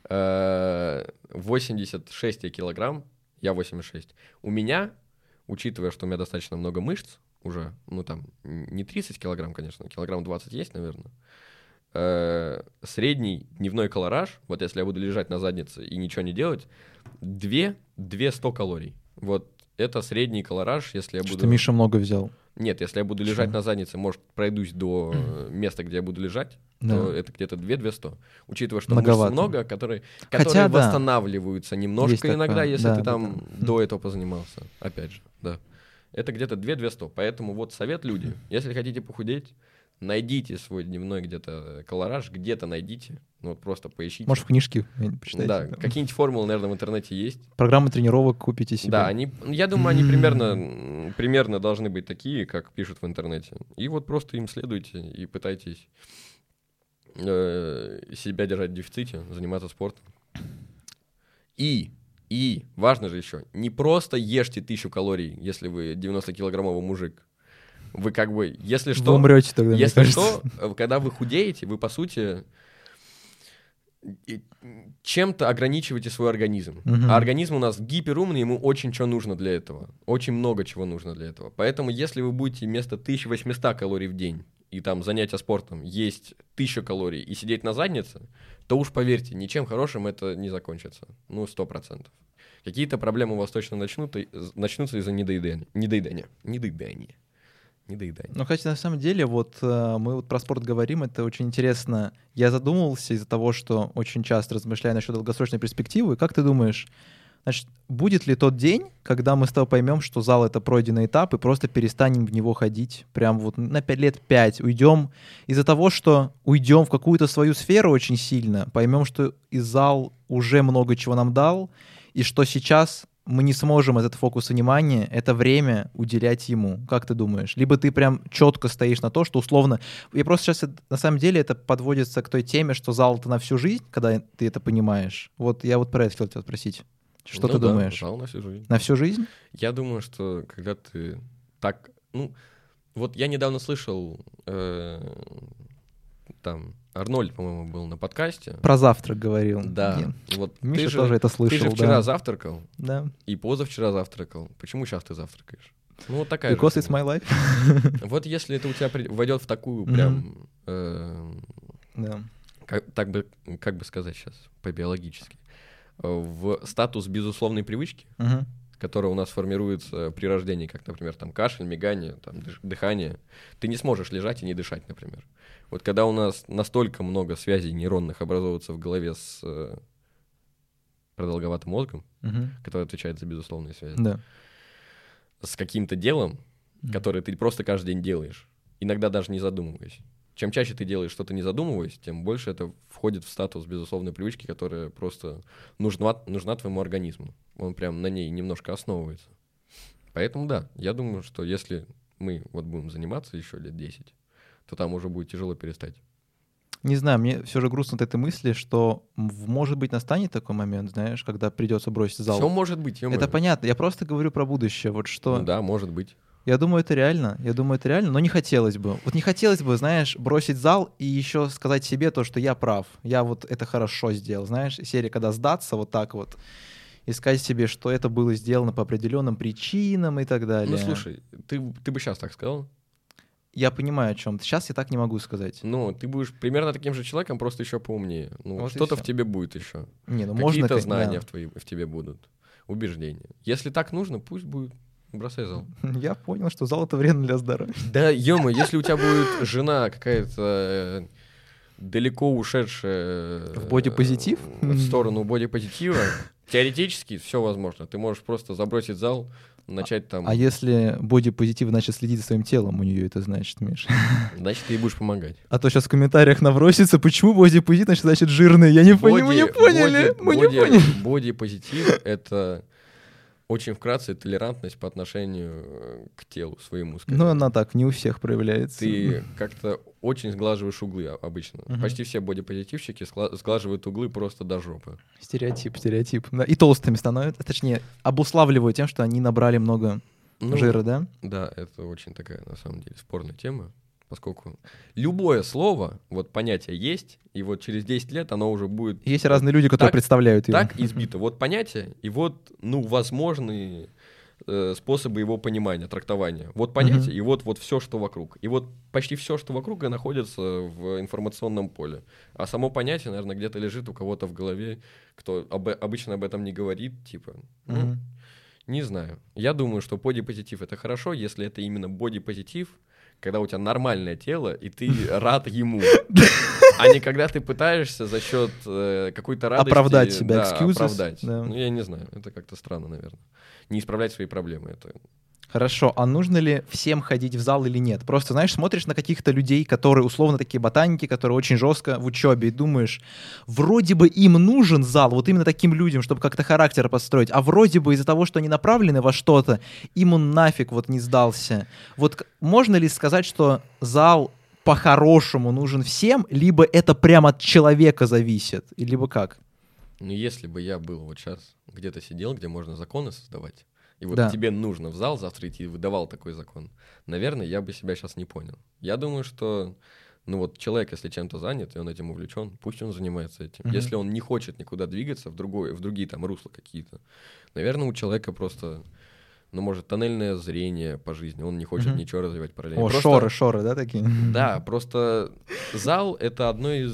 э, восемьдесят шесть килограмм, я восемьдесят шесть. У меня, учитывая, что у меня достаточно много мышц уже, ну там не тридцать килограмм, конечно, килограмм двадцать есть, наверное, э, средний дневной колораж, вот если я буду лежать на заднице и ничего не делать, две-двести калорий. Вот это средний колораж, если я буду... Что Миша много взял. Нет, если я буду лежать Что? на заднице, может, пройдусь до э, места, где я буду лежать, Да. то это где-то две-двести. Учитывая, что Многовато. мышц много, которые, Хотя которые да. восстанавливаются немножко Есть такое. иногда, если Да, ты да, там да. до этого позанимался. Опять же, да. Это где-то две-двести. Поэтому вот совет, люди, если хотите похудеть, найдите свой дневной где-то колораж, где-то найдите, ну вот просто поищите. Может, в книжке почитайте. Да, там. какие-нибудь формулы, наверное, в интернете есть. Программы тренировок купите себе. Да, они, я думаю, они примерно, примерно должны быть такие, как пишут в интернете. И вот просто им следуйте и пытайтесь э, себя держать в дефиците, заниматься спортом. И, и, важно же еще, не просто ешьте тысячу калорий, если вы девяностокилограммовый мужик. Вы как бы, если что... Вы умрете тогда, мне Если кажется. что, э, когда вы худеете, вы, по сути, и- чем-то ограничиваете свой организм. Мгм. А организм у нас гиперумный, ему очень что нужно для этого. Очень много чего нужно для этого. Поэтому, если вы будете вместо тысяча восемьсот калорий в день и там занятия спортом есть тысячу калорий и сидеть на заднице, то уж поверьте, ничем хорошим это не закончится. Ну, сто процентов. Какие-то проблемы у вас точно начнут, начнутся из-за недоедания. Недоедания. Недоедания. Недоедания. Ну, хотя на самом деле, вот э, мы вот про спорт говорим, это очень интересно. Я задумывался из-за того, что очень часто размышляю насчет долгосрочной перспективы. Как ты думаешь, значит, будет ли тот день, когда мы с тобой поймем, что зал — это пройденный этап, и просто перестанем в него ходить прям вот на пять лет пять, уйдем из-за того, что уйдем в какую-то свою сферу очень сильно, поймем, что и зал уже много чего нам дал, и что сейчас мы не сможем этот фокус внимания, это время уделять ему. Как ты думаешь? Либо ты прям четко стоишь на то, что условно... Я просто сейчас, это- на самом деле, это подводится к той теме, что зал — это на всю жизнь, когда ты это понимаешь. Вот я вот про это хотел тебя спросить. Что Ну ты да, думаешь? зал на всю жизнь. На всю жизнь? Я думаю, что когда ты так... Ну, вот я недавно слышал, э, там, Арнольд, по-моему, был на подкасте. Про завтрак говорил. Да, Не, вот Миша ты же, тоже это ты слышал. же вчера да. завтракал, Да. и позавчера завтракал. Почему сейчас ты завтракаешь? Ну, вот такая Because же it's фигня. my life. Вот если это у тебя при- войдет в такую Мгм. прям... э, Да. как, так бы, как бы сказать сейчас, по-биологически, э, в статус безусловной привычки, Мгм. которая у нас формируется при рождении, как, например, там кашель, мигание, там, дыш- дыхание, ты не сможешь лежать и не дышать, например. Вот когда у нас настолько много связей нейронных образовывается в голове с э, продолговатым мозгом, Мгм. который отвечает за безусловные связи, Да. с каким-то делом, Мгм. которое ты просто каждый день делаешь, иногда даже не задумываясь. Чем чаще ты делаешь что-то не задумываясь, тем больше это входит в статус безусловной привычки, которая просто нужна, нужна твоему организму. Он прям на ней немножко основывается. Поэтому да, я думаю, что если мы вот будем заниматься еще лет десять, то там уже будет тяжело перестать. Не знаю, мне все же грустно от этой мысли, что, м, может быть, настанет такой момент, знаешь, когда придется бросить зал. Все может быть, ё-моё. Это понятно. Я просто говорю про будущее. Вот что. Ну да, может быть. Я думаю, это реально. Я думаю, это реально, но не хотелось бы. Вот не хотелось бы, знаешь, бросить зал и еще сказать себе то, что я прав. Я вот это хорошо сделал, знаешь. Серия, когда сдаться вот так вот и сказать себе, что это было сделано по определенным причинам и так далее. Ну слушай, ты, ты бы сейчас так сказал? Я понимаю, о чем ты. Сейчас я так не могу сказать. Ну, ты будешь примерно таким же человеком, просто еще поумнее. Ну, Вот и что-то всё. в тебе будет еще. Не, ну можно... Какие-то ка- знания да. в, твои, в тебе будут. Убеждения. Если так нужно, пусть будет. Бросай зал. Я понял, что зал — это вредно для здоровья. Да, ё-моё, если у тебя будет жена какая-то э, далеко ушедшая... э, В бодипозитив? В сторону бодипозитива, теоретически все возможно. Ты можешь просто забросить зал, начать там... А если бодипозитив, значит, следить за своим телом у нее, это значит, Миш? Значит, ты ей будешь помогать. А то сейчас в комментариях навросится, почему бодипозитив, значит, значит, жирный. Я не понял, мы не Боди- поняли, боди- мы не боди- поняли. Бодипозитив — это очень вкратце толерантность по отношению э, к телу своему. скорее. Ну, она так, не у всех проявляется. Ты как-то очень сглаживаешь углы а- обычно. Мгм. Почти все бодипозитивщики скла- сглаживают углы просто до жопы. Стереотип, стереотип. Да, и толстыми становятся, точнее, обуславливают тем, что они набрали много Ну, жира, да? Да, это очень такая, на самом деле, спорная тема, поскольку любое слово, вот понятие есть, и вот через десять лет оно уже будет... Есть разные люди, которые так- представляют его. Так избито. Вот понятие, и вот, ну, возможные э, способы его понимания, трактования. Вот понятие, Мгм. и вот, вот все, что вокруг. И вот почти все, что вокруг, и находится в информационном поле. А само понятие, наверное, где-то лежит у кого-то в голове, кто об- обычно об этом не говорит, типа... ну, Мгм. не знаю. Я думаю, что бодипозитив — это хорошо, если это именно бодипозитив, когда у тебя нормальное тело, и ты рад ему. А не когда ты пытаешься за счет э, какой-то радости... Оправдать себя, да, excuses, оправдать. да. Ну, я не знаю, это как-то странно, наверное. Не исправлять свои проблемы. Это... Хорошо, а нужно ли всем ходить в зал или нет? Просто, знаешь, смотришь на каких-то людей, которые условно такие ботаники, которые очень жестко в учебе, и думаешь, вроде бы им нужен зал, вот именно таким людям, чтобы как-то характер построить, а вроде бы из-за того, что они направлены во что-то, им он нафиг вот не сдался. Вот к- можно ли сказать, что зал по-хорошему нужен всем, либо это прямо от человека зависит, и либо как? Ну, если бы я был вот сейчас где-то сидел, где можно законы создавать, и вот Да. тебе нужно в зал завтра идти и выдавал такой закон, наверное, я бы себя сейчас не понял. Я думаю, что, ну вот человек, если чем-то занят, и он этим увлечен, пусть он занимается этим. Мгм. Если он не хочет никуда двигаться в, другой, в другие там русла какие-то, наверное, у человека просто, ну, может, тоннельное зрение по жизни, он не хочет Мгм. ничего развивать параллельно. О, Просто- шоры, шоры, да, такие? Да, просто зал — это одно из,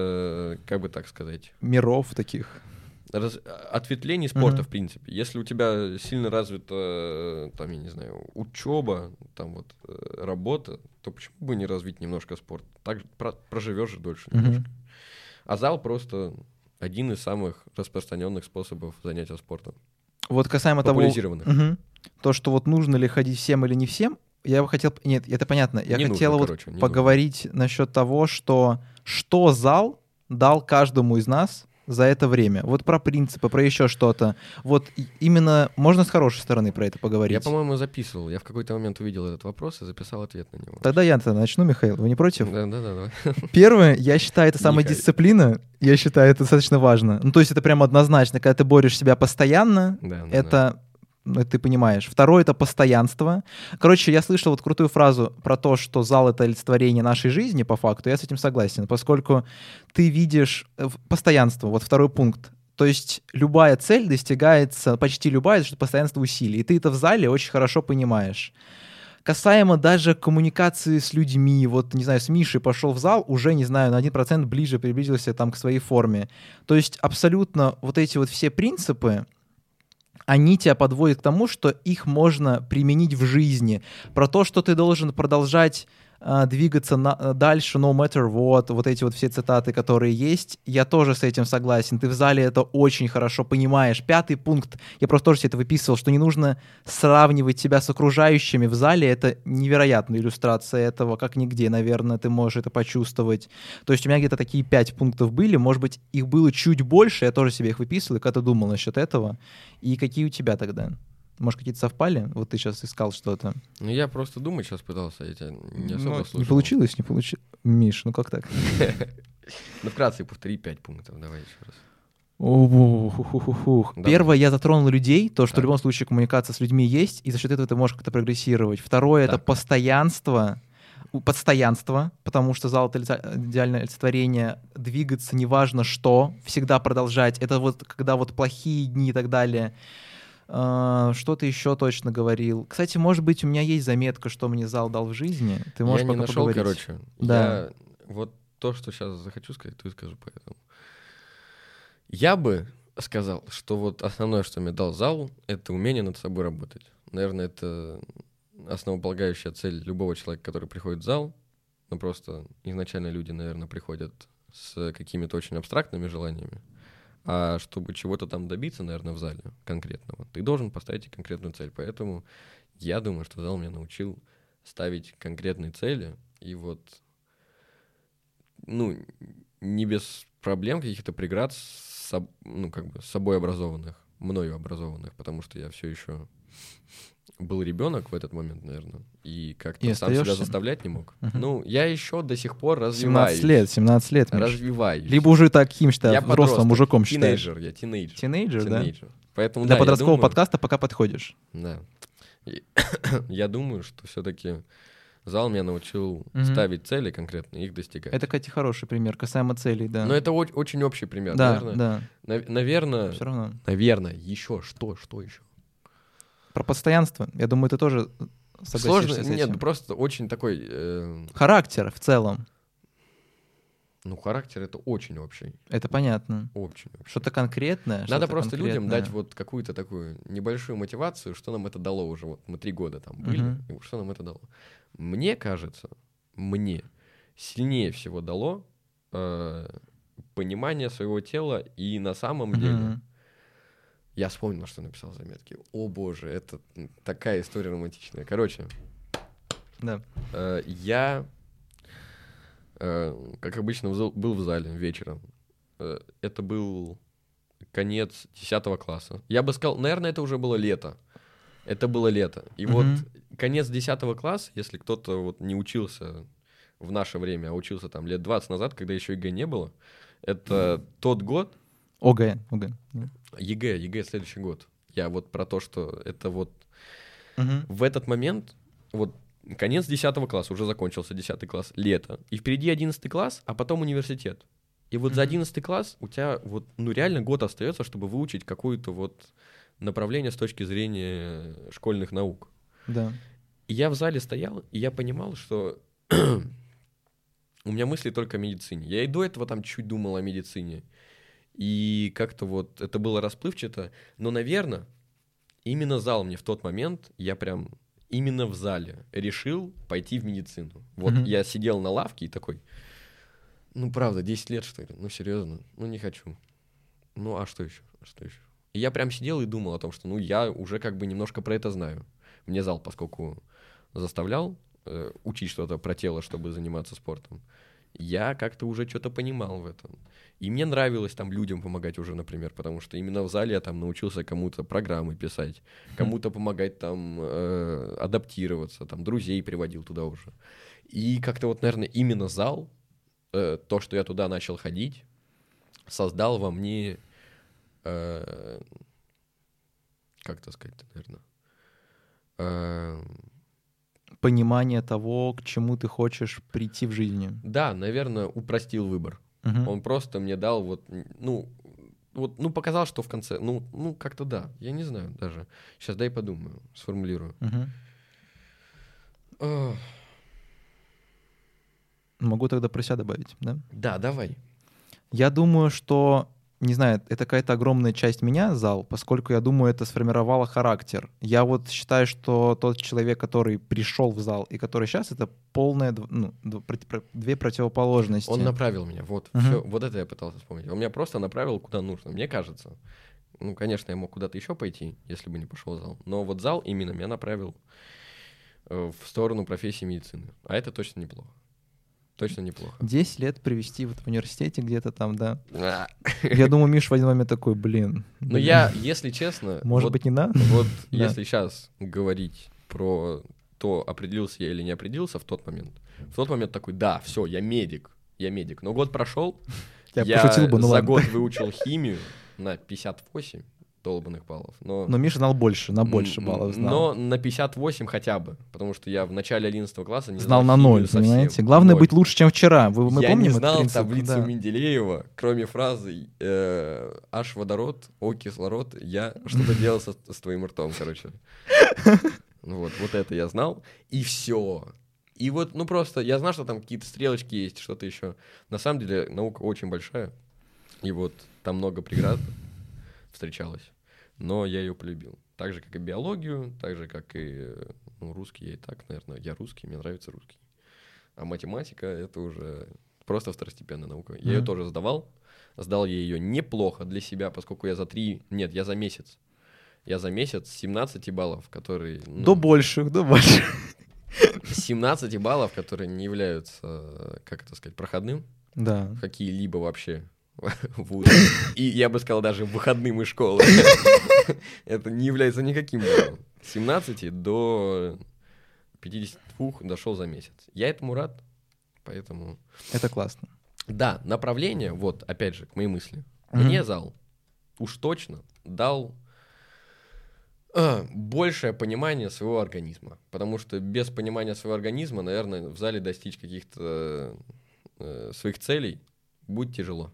э, как бы так сказать, Миров таких. раз- ответвлений спорта, Мгм. в принципе. Если у тебя сильно развита, э, там, я не знаю, учеба, там вот э, работа, то почему бы не развить немножко спорт? Так же про- проживешь же дольше Мгм. немножко. А зал просто один из самых распространенных способов занятия спортом. Вот касаемо того, Популяризированных. Мгм. то, что вот нужно ли ходить всем или не всем, я бы хотел... Нет, это понятно. Я Не нужно, хотел вот короче, не поговорить насчет того, что что зал дал каждому из нас за это время. Вот про принципы, про еще что-то. Вот и- именно можно с хорошей стороны про это поговорить. Я, по-моему, записывал. Я в какой-то момент увидел этот вопрос и записал ответ на него. Тогда я начну, Михаил. Вы не против? Да, да, да, давай. Первое, я считаю, это Михаил. самодисциплина. Я считаю, это достаточно важно. Ну, то есть это прям однозначно, когда ты борешь себя постоянно, Да, да, это, ну, ты понимаешь. Второе — это постоянство. Короче, я слышал вот крутую фразу про то, что зал — это олицетворение нашей жизни, по факту. Я с этим согласен, поскольку ты видишь э, в- постоянство. Вот второй пункт. То есть любая цель достигается, почти любая, за счет постоянства усилий. И ты это в зале очень хорошо понимаешь. Касаемо даже коммуникации с людьми, вот, не знаю, с Мишей пошел в зал, уже, не знаю, на один процент ближе приблизился там к своей форме. То есть абсолютно вот эти вот все принципы, они тебя подводят к тому, что их можно применить в жизни. Про то, что ты должен продолжать а, двигаться на- а, дальше, no matter what, вот эти вот все цитаты, которые есть, я тоже с этим согласен. Ты в зале это очень хорошо понимаешь. Пятый пункт, я просто тоже себе это выписывал, что не нужно сравнивать себя с окружающими в зале. Это невероятная иллюстрация этого, как нигде, наверное, ты можешь это почувствовать. То есть у меня где-то такие пять пунктов были, может быть, их было чуть больше, я тоже себе их выписывал, и когда думал насчет этого. И какие у тебя тогда? Может, какие-то совпали? Вот ты сейчас искал что-то. Ну, я просто думать сейчас пытался, я тебя не особо Ну, слушал. не получилось, не получилось. Миш, ну как так? Ну, вкратце повтори пять пунктов, давай еще раз. Ух-ух-ух-ух. Давай. Первое, я затронул людей, то, что Так. в любом случае коммуникация с людьми есть, и за счет этого ты можешь как-то прогрессировать. Второе — это Так. постоянство, у- постоянство, потому что зал — это лица- идеальное олицетворение, двигаться неважно что, всегда продолжать. Это вот когда вот плохие дни и так далее. А, что ты еще точно говорил? Кстати, может быть, у меня есть заметка, что мне зал дал в жизни. Ты можешь Я не пока нашел, поговорить. короче. Да. Я вот то, что сейчас захочу сказать, то и скажу поэтому. Я бы сказал, что вот основное, что мне дал зал, это умение над собой работать. Наверное, это основополагающая цель любого человека, который приходит в зал. Ну, просто изначально люди, наверное, приходят с какими-то очень абстрактными желаниями. А чтобы чего-то там добиться, наверное, в зале конкретного, ты должен поставить конкретную цель. Поэтому я думаю, что зал меня научил ставить конкретные цели. И вот, ну, не без проблем, каких-то преград, с, соб- ну, как бы, с собой образованных, мною образованных, потому что я все еще был ребенок в этот момент, наверное, и как-то И сам себя остаешься? заставлять не мог. Мгм. Ну, я еще до сих пор развиваюсь. семнадцать лет, семнадцать лет, Миш. Развиваюсь. Либо уже таким считаю, Я взрослым подросток, мужиком считаешь. Тинейджер, я тинейджер. Тинейджер, да? Тинейджер. Поэтому, Для да, я подросткового думаю- подкаста пока подходишь. Да. И я думаю, что все-таки зал меня научил Мгм. ставить цели конкретно и их достигать. Это, кстати, хороший пример, касаемо целей, да. Но это о- очень общий пример. да, наверное, да, нав- наверное, все равно. наверное, еще что, что еще? Про постоянство, я думаю, ты тоже согласишься Сложно, с нет, этим. просто очень такой, э, Характер в целом, ну, характер это очень общий, это понятно. очень общий. Что-то конкретное, Надо что-то просто людям конкретное. дать вот какую-то такую небольшую мотивацию, что нам это дало уже. Вот мы три года там были, Мгм. и что нам это дало. Мне кажется, мне сильнее всего дало э, понимание своего тела, и на самом Мгм. деле я вспомнил, что написал в заметке. О боже, это такая история романтичная. Короче, Да. э, я, э, как обычно, в зал- был в зале вечером. Э, это был конец десятого класса. Я бы сказал, наверное, это уже было лето. Это было лето. И Мгм. вот конец десятого класса, если кто-то вот не учился в наше время, а учился там лет двадцать назад, когда еще ЕГЭ не было, это тот год, ОГЭ. ОГЭ. да. ЕГЭ, ЕГЭ следующий год. Я вот про то, что это вот Мгм. в этот момент, вот конец десятого класса, уже закончился десятый класс, лето, и впереди одиннадцатый класс, а потом университет. И вот за Мгм. одиннадцатый класс у тебя вот, ну, реально год остается, чтобы выучить какое-то вот направление с точки зрения школьных наук. Да. И я в зале стоял, и я понимал, что у меня мысли только о медицине. Я и до этого там чуть думал о медицине. И как-то вот это было расплывчато. Но, наверное, именно зал мне в тот момент, я прям именно в зале решил пойти в медицину. Вот Мгм. я сидел на лавке и такой, ну, правда, десять лет, что ли? Ну, серьезно? Ну, не хочу. Ну, а что еще? Что еще? И я прям сидел и думал о том, что, ну, я уже как бы немножко про это знаю. Мне зал, поскольку заставлял э, учить что-то про тело, чтобы заниматься спортом, я как-то уже что-то понимал в этом. И мне нравилось там людям помогать уже, например, потому что именно в зале я там научился кому-то программы писать, кому-то помогать там э, адаптироваться, там друзей приводил туда уже. И как-то вот, наверное, именно зал, э, то, что я туда начал ходить, создал во мне, э, как это сказать, наверное, э, Понимание того, к чему ты хочешь прийти в жизни. да, наверное, упростил выбор. Мгм. Он просто мне дал вот, ну, вот, ну, показал, что в конце, ну, ну, как-то да, я не знаю даже. Сейчас дай подумаю, сформулирую. Мгм. Ох, Могу тогда про себя добавить, да? да, давай. Я думаю, что, не знаю, это какая-то огромная часть меня, зал, поскольку, я думаю, это сформировало характер. Я вот считаю, что тот человек, который пришел в зал и который сейчас, это полная, дв- ну, дв- проти- про- две противоположности. Он направил меня, вот, Мгм. все, вот это я пытался вспомнить. Он меня просто направил куда нужно, мне кажется. Ну, конечно, я мог куда-то еще пойти, если бы не пошел в зал. Но вот зал именно меня направил э, в сторону профессии медицины. А это точно неплохо. Точно неплохо. десять лет привести вот в университете где-то там, да. Я думаю, Миш в один момент такой, блин. Но блин, я, если честно, Может вот, быть, не надо? вот Да. если сейчас говорить про то, определился я или не определился в тот момент, в тот момент такой, да, все, я медик, я медик. Но год прошел, Я я пошутил бы, ну за ладно. год выучил химию на пятьдесят восемь долбанных баллов. Но, Но Миша знал больше, на больше м, баллов знал. но на пятьдесят восемь хотя бы, потому что я в начале одиннадцатого класса не Знал знал на химию ноль, совсем. понимаете? Главное Ноль. быть лучше, чем вчера. Вы, мы я помним не этот знал принцип? таблицу Да. Менделеева, кроме фразы э, H водород, O кислород, я что-то делал со- с твоим ртом, короче. Вот, вот это я знал, и все. И вот, ну просто, я знал, что там какие-то стрелочки есть, что-то еще. На самом деле, наука очень большая, и вот там много преград встречалось, но я ее полюбил. Так же, как и биологию, так же, как и ну, русский, я и так, наверное, я русский, мне нравится русский. А математика — это уже просто второстепенная наука. Я ее Мгм. тоже сдавал. Сдал я ее неплохо для себя, поскольку я за три... Нет, я за месяц. Я за месяц с семнадцати баллов, которые... ну, До больших, до больших. семнадцать баллов, которые не являются, как это сказать, проходным Да. в какие-либо вообще вузы. И я бы сказал, даже выходным из школы. Это не является никаким баллом. С семнадцати до пятидесяти двух дошел за месяц. Я этому рад, поэтому... Это классно. Да, направление, вот, опять же, к моей мысли. Мгм. Мне зал уж точно дал э, большее понимание своего организма. Потому что без понимания своего организма, наверное, в зале достичь каких-то э, своих целей будет тяжело.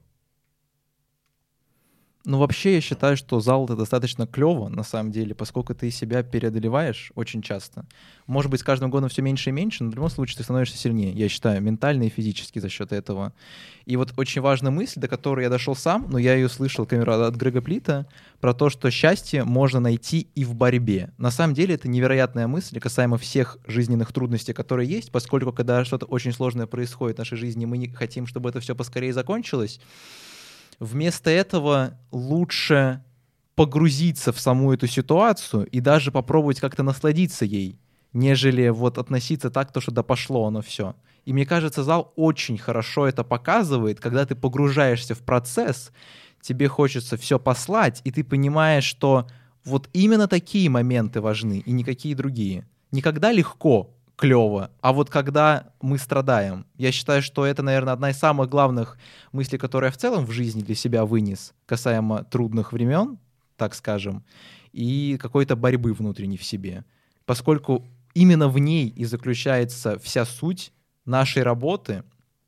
Ну, вообще, я считаю, что зал — это достаточно клево, на самом деле, поскольку ты себя преодолеваешь очень часто. Может быть, с каждым годом все меньше и меньше, но в любом случае ты становишься сильнее, я считаю, ментально и физически за счет этого. И вот очень важная мысль, до которой я дошел сам, но я ее слышал, к примеру, от Грега Плита, про то, что счастье можно найти и в борьбе. На самом деле это невероятная мысль касаемо всех жизненных трудностей, которые есть, поскольку когда что-то очень сложное происходит в нашей жизни, мы не хотим, чтобы это все поскорее закончилось. Вместо этого лучше погрузиться в саму эту ситуацию и даже попробовать как-то насладиться ей, нежели вот относиться так, то, что да пошло оно все. И мне кажется, зал очень хорошо это показывает, когда ты погружаешься в процесс, тебе хочется все послать, и ты понимаешь, что вот именно такие моменты важны, и никакие другие. Никогда легко, клево, а вот когда мы страдаем. Я считаю, что это, наверное, одна из самых главных мыслей, которые я в целом в жизни для себя вынес, касаемо трудных времен, так скажем, и какой-то борьбы внутренней в себе. Поскольку именно в ней и заключается вся суть нашей работы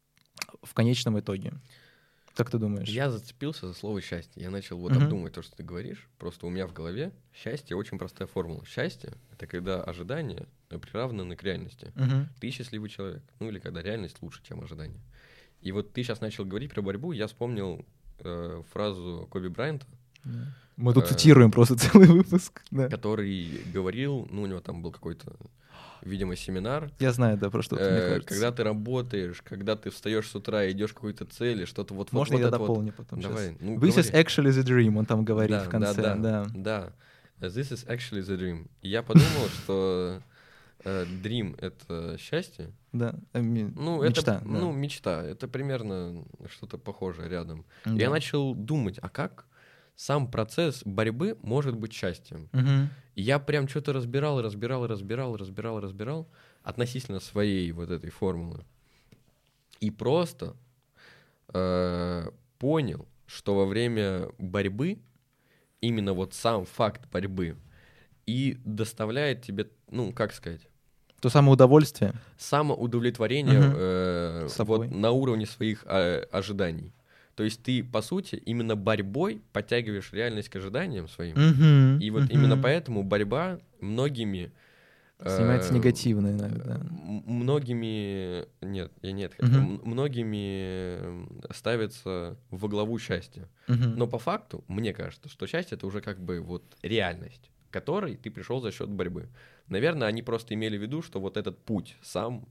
в конечном итоге. Как ты думаешь? Я зацепился за слово «счастье». Я начал вот Мгм. обдумывать то, что ты говоришь. Просто у меня в голове счастье — очень простая формула. Счастье — это когда ожидания приравнены к реальности. Мгм. Ты счастливый человек. Ну или когда реальность лучше, чем ожидания. И вот ты сейчас начал говорить про борьбу, я вспомнил э, фразу Коби Брайанта, Да. Мы тут Э, цитируем просто целый выпуск. Да. который говорил, ну у него там был какой-то, видимо, семинар. Я знаю, да, про что ты, мне Э, кажется. когда ты работаешь, когда ты встаешь с утра и идешь к какой-то цели, что-то вот... вот- Можно вот я это вот- дополню потом Давай, сейчас? ну, This is говори. actually the dream, он там говорит Да, в конце. да, Да, да, да. This is actually the dream. И я подумал, что э, dream — это счастье. да. А, ми- Ну, Мечта. это, да. ну, мечта. Это примерно что-то похожее рядом. И Да. я начал думать, а как сам процесс борьбы может быть счастьем? Мгм. И я прям что-то разбирал, разбирал, разбирал, разбирал, разбирал относительно своей вот этой формулы. И просто э, понял, что во время борьбы именно вот сам факт борьбы и доставляет тебе, ну, как сказать, То самое удовольствие. самоудовлетворение Мгм. э, Собой. вот на уровне своих э, ожиданий. То есть ты, по сути, именно борьбой подтягиваешь реальность к ожиданиям своим. Мгм. И вот Мгм. именно поэтому борьба многими... э, Снимается негативно иногда. м- Многими... Нет, я нет. Мгм. м- Многими м, ставится во главу счастья. Мгм. Но по факту, мне кажется, что счастье — это уже как бы вот реальность, к которой ты пришел за счет борьбы. Наверное, они просто имели в виду, что вот этот путь сам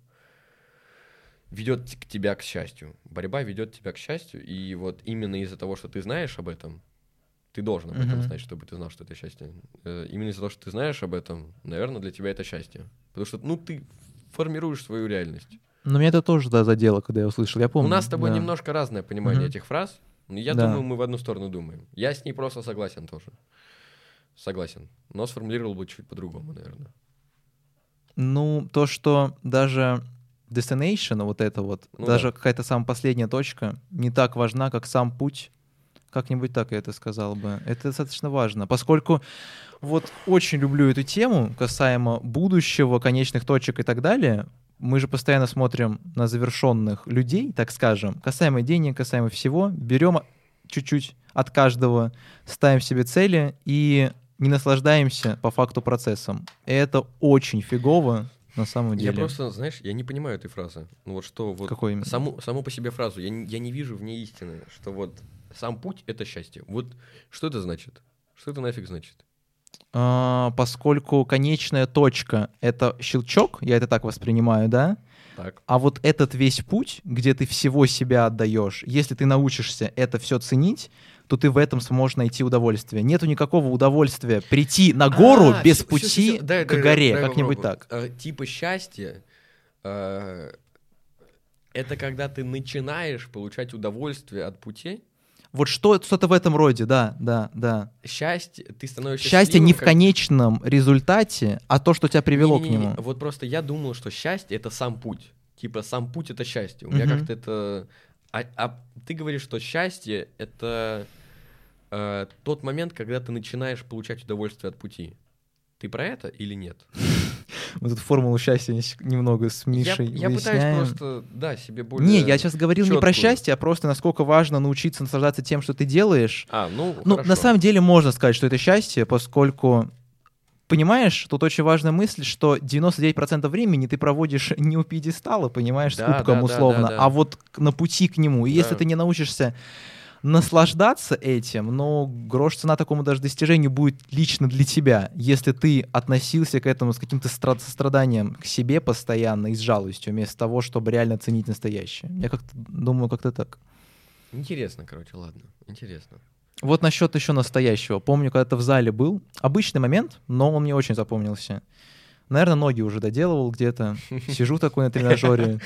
ведет к тебя к счастью. Борьба ведет тебя к счастью, и вот именно из-за того, что ты знаешь об этом, ты должен об этом Мгм. знать, чтобы ты знал, что это счастье. Э, Именно из-за того, что ты знаешь об этом, наверное, для тебя это счастье. Потому что, ну, ты формируешь свою реальность. Но меня это тоже, да, задело, когда я услышал. Я помню. У нас с тобой да. немножко разное понимание Мгм. этих фраз, но я Да. думаю, мы в одну сторону думаем. Я с ней просто согласен тоже. Согласен. Но сформулировал бы чуть по-другому, наверное. Ну, то, что даже destination, вот это вот, Ну даже да. какая-то самая последняя точка не так важна, как сам путь. Как-нибудь так я это сказал бы. Это достаточно важно, поскольку вот очень люблю эту тему касаемо будущего, конечных точек и так далее. Мы же постоянно смотрим на завершенных людей, так скажем, касаемо денег, касаемо всего, берем чуть-чуть от каждого, ставим себе цели и не наслаждаемся по факту процессом. И это очень фигово на самом деле. Я просто, знаешь, я не понимаю этой фразы. Ну вот что вот... Какой именно? Саму, саму по себе фразу. Я не, я не вижу в ней истины, что вот сам путь — это счастье. Вот что это значит? Что это нафиг значит? А, поскольку конечная точка — это щелчок, я это так воспринимаю, да? Так. А вот этот весь путь, где ты всего себя отдаешь, если ты научишься это все ценить, то ты в этом сможешь найти удовольствие. Нету никакого удовольствия прийти на гору А, без всё, пути всё, всё, всё. Дай, к дай, горе, дай как-нибудь попробую. так. А, типа счастье а, это когда ты начинаешь получать удовольствие от пути. Вот что, что-то в этом роде, да, да, да. Счастье, ты становишься Счастье не счастливым, в как- конечном результате, а то, что тебя привело к Не-не-не, нему. Вот просто я думал, что счастье — это сам путь. Типа сам путь — это счастье. У меня Мгм. как-то это... А, а ты говоришь, что счастье — это э, тот момент, когда ты начинаешь получать удовольствие от пути. Ты про это или нет? Мы тут формулу счастья нес- немного с Я, Мишей я пытаюсь выясняем. просто, да, себе более... Не, я сейчас говорил не про чёткую. счастье, а просто насколько важно научиться наслаждаться тем, что ты делаешь. А, ну, Ну, хорошо. на самом деле можно сказать, что это счастье, поскольку, понимаешь, тут очень важная мысль, что девяносто девять процентов времени ты проводишь не у пьедестала, понимаешь, с Да, кубком да, да, условно, да, да. а вот к- на пути к нему. И если Да. ты не научишься наслаждаться этим, ну, грош цена такому даже достижению будет лично для тебя, если ты относился к этому с каким-то стра- состраданием к себе постоянно и с жалостью, вместо того, чтобы реально ценить настоящее. Я как-то думаю, как-то так. Интересно, короче, ладно. Интересно. Вот насчет еще настоящего. Помню, когда-то в зале был. Обычный момент, но он мне очень запомнился. Наверное, ноги уже доделывал где-то. Сижу такой на тренажере.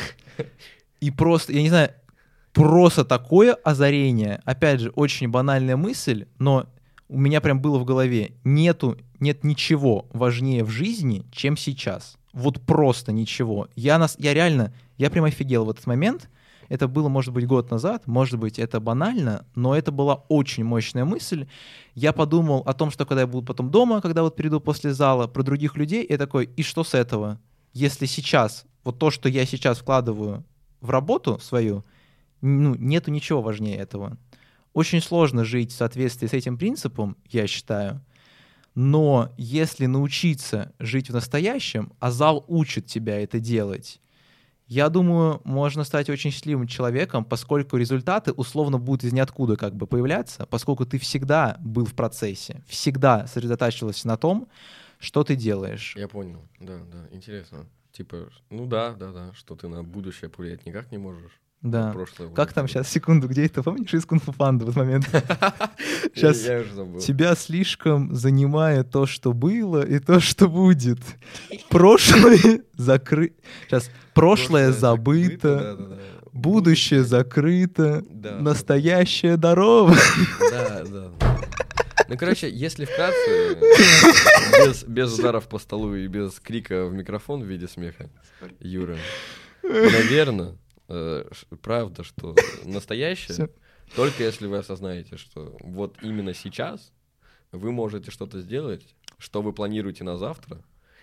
И просто, я не знаю, просто такое озарение. Опять же, очень банальная мысль, но у меня прям было в голове. Нету, нет ничего важнее в жизни, чем сейчас. Вот просто ничего. Я, нас, я реально, я прям офигел в этот момент. Это было, может быть, год назад, может быть, это банально, но это была очень мощная мысль. Я подумал о том, что когда я буду потом дома, когда вот приду после зала, про других людей, я такой, и что с этого? Если сейчас, вот то, что я сейчас вкладываю в работу свою, ну, нету ничего важнее этого. Очень сложно жить в соответствии с этим принципом, я считаю. Но если научиться жить в настоящем, а зал учит тебя это делать, я думаю, можно стать очень счастливым человеком, поскольку результаты условно будут из ниоткуда как бы появляться, поскольку ты всегда был в процессе, всегда сосредотачивался на том, что ты делаешь. Я понял, да, да, интересно. Типа, ну да, да, да, что ты на будущее повлиять никак не можешь. Да. А прошлое Как уже там было. сейчас, секунду, где это, помнишь, из Кунг-фу Панды в этот момент? Я- Сейчас Я уже забыл. тебя слишком занимает то, что было, и то, что будет. Прошлое закрыто. Сейчас, прошлое забыто, да, да, да. будущее закрыто, Да, да. настоящее здорово. Да, да. да. Ну, короче, если вкратце, без, без ударов по столу и без крика в микрофон в виде смеха, Юра, наверное, правда, что настоящее, Всё. только если вы осознаете, что вот именно сейчас вы можете что-то сделать, что вы планируете на завтра.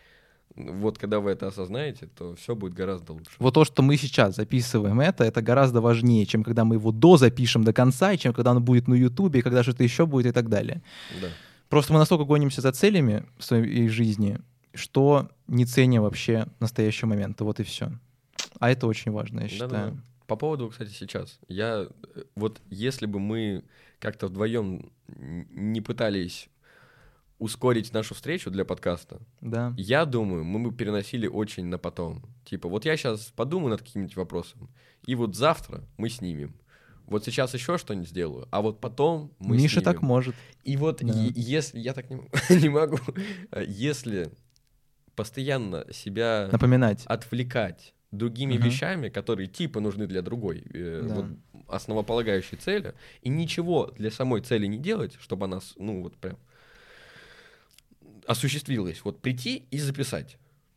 Вот когда вы это осознаете, то все будет гораздо лучше. Вот то, что мы сейчас записываем это, это гораздо важнее, чем когда мы его дозапишем до конца, и чем когда он будет на Ютубе, и когда что-то еще будет и так далее. Да. Просто мы настолько гонимся за целями в своей жизни, что не ценим вообще настоящего момента. Вот и все. А это очень важно, я считаю. Да-да-да. По поводу, кстати, сейчас. Я э, вот если бы мы как-то вдвоем не пытались ускорить нашу встречу для подкаста, Да. я думаю, мы бы переносили очень на потом. Типа, вот я сейчас подумаю над каким-нибудь вопросом, и вот завтра мы снимем. Вот сейчас еще что-нибудь сделаю, а вот потом мы Миша снимем. так может. И вот Да. е- если... Я так не, м- не могу. Если постоянно себя Напоминать. отвлекать другими Мгм. вещами, которые типа нужны для другой э, Да. вот, основополагающей цели, и ничего для самой цели не делать, чтобы она, с- ну, вот прям осуществилась. Вот прийти и записать.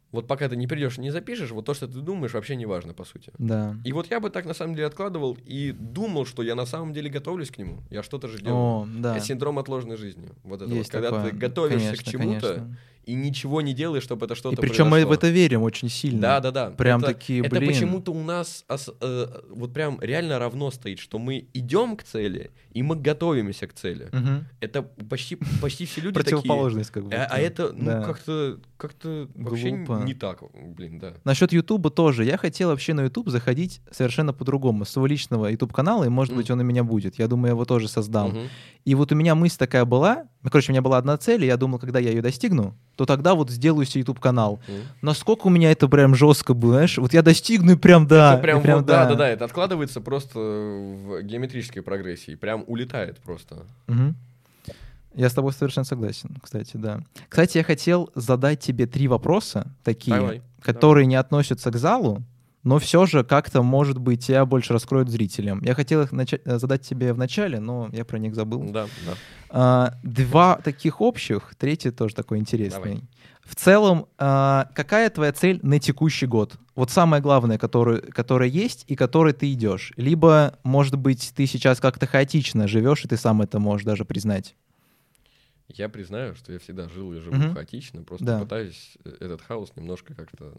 Вот пока ты не придешь и не запишешь, вот то, что ты думаешь, вообще не важно, по сути. Да. И вот я бы так, на самом деле, откладывал и думал, что я на самом деле готовлюсь к нему. Я что-то же делаю. О, да. Синдром отложенной жизни. Вот это Есть вот. Когда такое. ты готовишься Конечно, к чему-то конечно. и ничего не делаешь, чтобы это что-то И причем произошло. мы в это верим очень сильно. Да, да, да. Прям это, такие, это блин. почему-то у нас ос- э, вот прям реально равно стоит, что мы идем к цели, и мы готовимся к цели. Мгм. Это почти, почти все люди такие. Противоположность как будто. А, а это, ну, Да. как-то, как-то вообще Глупо. не так, блин, да. Насчет Ютуба тоже. Я хотел вообще на Ютуб заходить совершенно по-другому. С своего личного Ютуб-канала, и, может Мгм. быть, он у меня будет. Я думаю, я его тоже создам. Мгм. И вот у меня мысль такая была. Ну, короче, у меня была одна цель, и я думал, когда я ее достигну, то тогда вот сделаю себе Ютуб-канал. Мгм. Насколько у меня это прям жестко было, знаешь? Вот я достигну, и прям да. Это прям, и прям вот, да, да, да, это откладывается просто в геометрической прогрессии, прям улетает просто. Мгм. Я с тобой совершенно согласен, кстати, да. Кстати, я хотел задать тебе три вопроса такие, Давай, которые не относятся к залу, но все же как-то, может быть, тебя больше раскроют зрителям. Я хотел их начать, э, задать тебе в начале, но я про них забыл. Да, да. А, два таких общих, третий тоже такой интересный. Давай. В целом, а, какая твоя цель на текущий год? Вот самое главное, которое, которое есть и которой ты идешь. Либо, может быть, ты сейчас как-то хаотично живешь, и ты сам это можешь даже признать. Я признаю, что я всегда жил и живу Мгм. хаотично, просто Да. пытаюсь э, этот хаос немножко как-то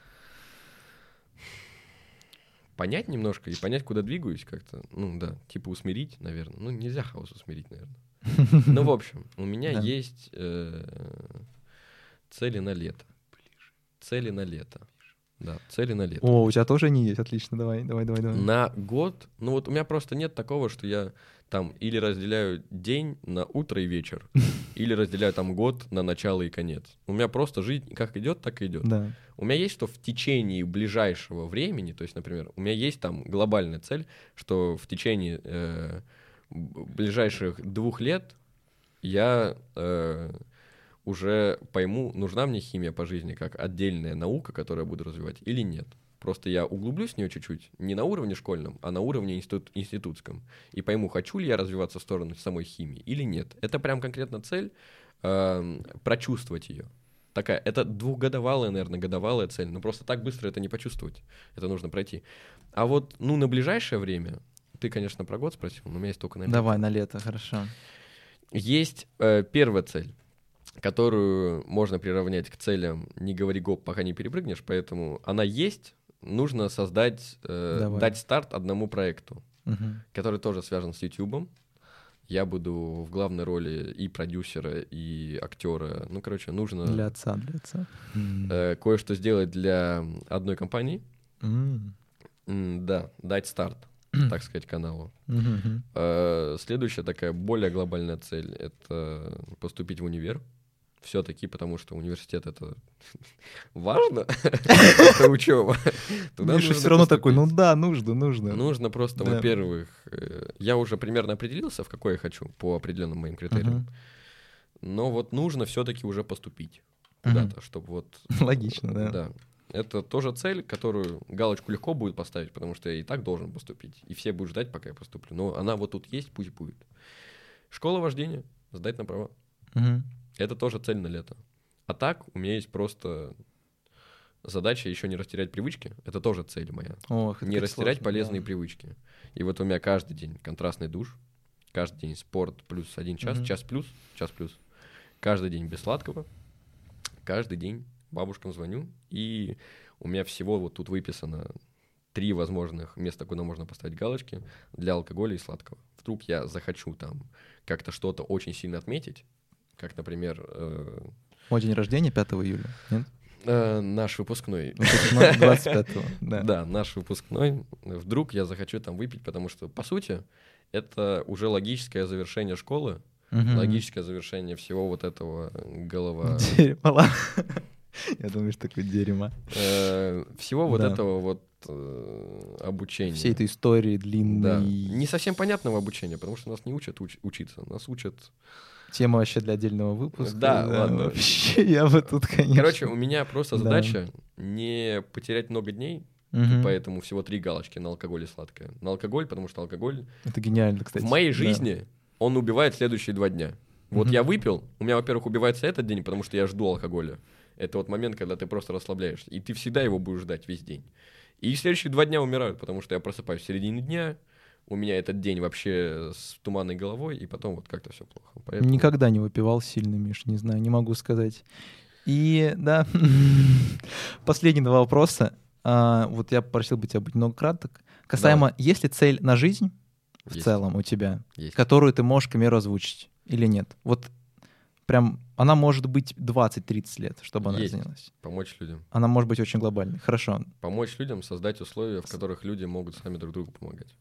понять немножко и понять, куда двигаюсь как-то. Ну да, типа усмирить, наверное. Ну нельзя хаос усмирить, наверное. Ну в общем, у меня Да. есть э, цели на лето. Цели на лето. Да, цели на лето. О, у тебя тоже они есть, отлично, давай, давай, давай, давай. На год, ну вот у меня просто нет такого, что я там или разделяю день на утро и вечер, или разделяю там год на начало и конец. У меня просто жизнь как идет, так и идет. Да. У меня есть, что в течение ближайшего времени, то есть, например, у меня есть там глобальная цель, что в течение э, б- ближайших двух лет я э, уже пойму, нужна мне химия по жизни как отдельная наука, которую я буду развивать, или нет. Просто я углублюсь в нее чуть-чуть, не на уровне школьном, а на уровне институт, институтском. И пойму, хочу ли я развиваться в сторону самой химии или нет. Это прям конкретно цель, э, прочувствовать ее. Такая, это двухгодовалая, наверное, годовалая цель, но просто так быстро это не почувствовать. Это нужно пройти. А вот, ну, на ближайшее время, ты, конечно, про год спросил, но у меня есть только на лето. Давай, на лето, хорошо. Есть э, первая цель, которую можно приравнять к целям «не говори гоп, пока не перепрыгнешь», поэтому она есть, нужно создать, э, Давай. дать старт одному проекту, Мгм. который тоже связан с Ютубом. Я буду в главной роли и продюсера, и актера. Ну, короче, нужно Для отца, для отца. э, кое-что сделать для одной компании. М. М, да, дать старт, так сказать, каналу. Мгм. Э, Следующая такая более глобальная цель — это поступить в универ. Все-таки, потому что университет — это важно, это учеба. Туда Миша нужно все равно такой, ну поступить. да, нужно, нужно. Нужно просто, Да. во-первых, э, я уже примерно определился, в какой я хочу, по определенным моим критериям. Мгм. Но вот нужно все-таки уже поступить Мгм. куда-то, чтобы вот... Логично, да. Да. Это тоже цель, которую галочку легко будет поставить, потому что я и так должен поступить. И все будут ждать, пока я поступлю. Но она вот тут есть, пусть будет. Школа вождения, сдать на права. Мгм. Это тоже цель на лето. А так у меня есть просто задача еще не растерять привычки. Это тоже цель моя. Ох, это Не как растерять сложно, полезные да. привычки. И вот у меня каждый день контрастный душ, каждый день спорт плюс один час, Мгм. час плюс, час плюс. Каждый день без сладкого. Каждый день бабушкам звоню. И у меня всего вот тут выписано три возможных места, куда можно поставить галочки для алкоголя и сладкого. Вдруг я захочу там как-то что-то очень сильно отметить, как, например, э, Мой день рождения пятого июля, нет? э, наш выпускной. Ну, двадцать пятого, да. Да, наш выпускной. Вдруг я захочу там выпить, потому что, по сути, это уже логическое завершение школы, Мгм. логическое завершение всего вот этого голова... Дерьмо, ладно. Я думаю, что такое дерьмо. э, Всего вот Да. этого вот э, обучения. Всей этой истории Да. длинной. Не совсем понятного обучения, потому что нас не учат уч- учиться. Нас учат... Тема вообще для отдельного выпуска. Да, ладно. Вообще, я бы тут, конечно. Короче, у меня просто Да. задача не потерять много дней, Мгм. поэтому всего три галочки на алкоголь и сладкое. На алкоголь, потому что алкоголь Это гениально, кстати. в моей Да. жизни он убивает следующие два дня. Вот Мгм. я выпил, у меня, во-первых, убивается этот день, потому что я жду алкоголя. Это вот момент, когда ты просто расслабляешься. И ты всегда его будешь ждать весь день. И следующие два дня умирают, потому что я просыпаюсь в середине дня, у меня этот день вообще с туманной головой, и потом вот как-то все плохо. Поэтому... Никогда не выпивал сильно, Миш, не знаю, не могу сказать. И, да, последние два вопроса. А, вот я попросил бы тебя быть много краток. Касаемо, Давай. есть ли цель на жизнь в Есть. целом у тебя, Есть. которую ты можешь, к примеру, озвучить или нет? Вот прям она может быть двадцать-тридцать лет, чтобы она Есть. занялась. Помочь людям. Она может быть очень глобальной. Хорошо. Помочь людям создать условия, в которых люди могут сами друг другу помогать.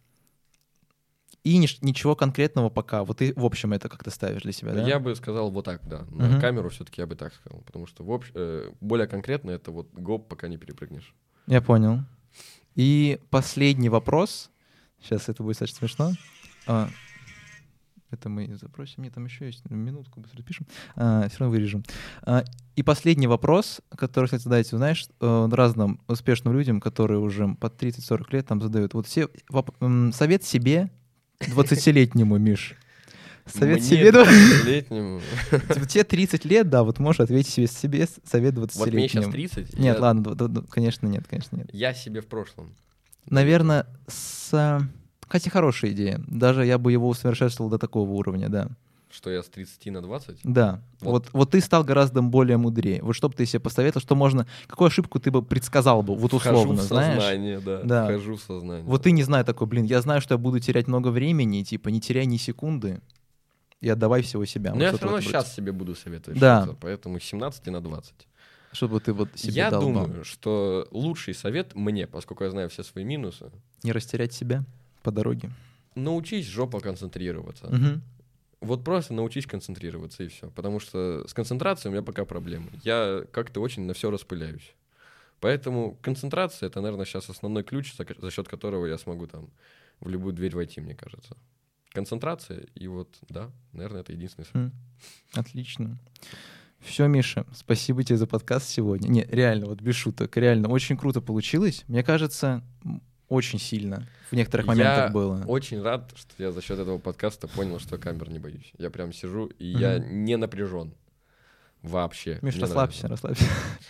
И нич- ничего конкретного пока. Вот ты, в общем, это как-то ставишь для себя, Ну, да? я бы сказал вот так, да. На Мгм. камеру все-таки я бы так сказал. Потому что в общ- э, более конкретно это вот гоп, пока не перепрыгнешь. Я понял. И последний вопрос. Сейчас это будет достаточно смешно. А, это мы запросим. Нет, там еще есть. Минутку быстро пишем. А, все равно вырежем. А, и последний вопрос, который, кстати, задайте, знаешь, э, разным успешным людям, которые уже под тридцать-сорок лет там задают. Вот все воп- м, совет себе двадцатилетнему, Миш. Совет Мне себе дв- двадцатилетнему. Типа, тебе тридцать лет, да, вот можешь ответить себе, себе совет Вот мне сейчас двадцатилетнему. тридцать. Нет, я- ладно, д- д- д- конечно, нет, конечно, нет. Я себе в прошлом. Наверное, с... а, Кстати, хорошая идея. Даже я бы его усовершенствовал до такого уровня, да. Что я с тридцати на двадцать? Да. Вот. Вот, вот ты стал гораздо более мудрее. Вот что бы ты себе посоветовал, что можно... Какую ошибку ты бы предсказал бы, вот условно, Вхожу в знаешь? сознание, да. Да. Вхожу в сознание. Вот ты не знаю такой, блин, я знаю, что я буду терять много времени, типа, не теряй ни секунды и отдавай всего себя. Но Вот я что-то все равно в этом роде. сейчас себе буду советовать Да. что-то, поэтому с семнадцати на двадцать. Чтобы ты вот себе Я дал думаю, бал. что лучший совет мне, поскольку я знаю все свои минусы, Не растерять себя по дороге. научись жопа концентрироваться. Мгм. Вот просто научись концентрироваться, и все. Потому что с концентрацией у меня пока проблемы. Я как-то очень на все распыляюсь. Поэтому концентрация — это, наверное, сейчас основной ключ, за, за счет которого я смогу там в любую дверь войти, мне кажется. Концентрация, и вот, да, наверное, это единственный совет. М, Отлично. Все, Миша, спасибо тебе за подкаст сегодня. Не, реально, вот без шуток, реально, очень круто получилось. Мне кажется, м, очень сильно в некоторых моментах Я было. очень рад, что я за счет этого подкаста понял, что камер не боюсь. Я прям сижу, и я Мгм. не напряжен. Вообще. Миш, Мне расслабься, нравится. расслабься.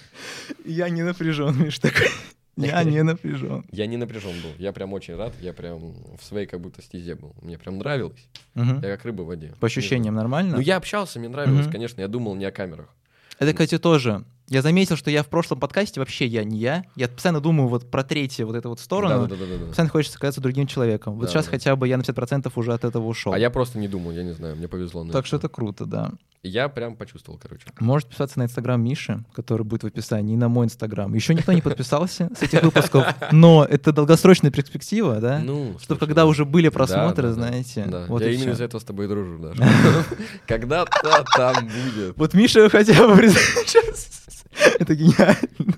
Я не напряжен, Миш, такой. Я не напряжен. Я не напряжен был. Я прям очень рад. Я прям в своей как будто стезе был. Мне прям нравилось. Мгм. Я как рыба в воде. По ощущениям Не знаю. нормально? Ну, я общался, мне нравилось, Мгм. конечно. Я думал не о камерах. Это, кстати, тоже. Я заметил, что я в прошлом подкасте вообще я не я. Я постоянно думаю вот про третью вот эту вот сторону. Да-да-да-да. Постоянно хочется казаться другим человеком. Вот Да, сейчас да. хотя бы я на пятьдесят процентов уже от этого ушел. А я просто не думал, я не знаю, мне повезло. на Так что это. это круто, да. Я прям почувствовал, короче. Можете подписаться на инстаграм Миши, который будет в описании, и на мой инстаграм. Еще никто не подписался с этих выпусков, но это долгосрочная перспектива, да? Ну, Чтобы слушай, когда да. уже были Да, просмотры, да, да. знаете. Да, Вот я и именно всё. из-за этого с тобой дружу, Даша. Когда-то там будет. Вот Миша хотя бы признает сейчас. Это гениально.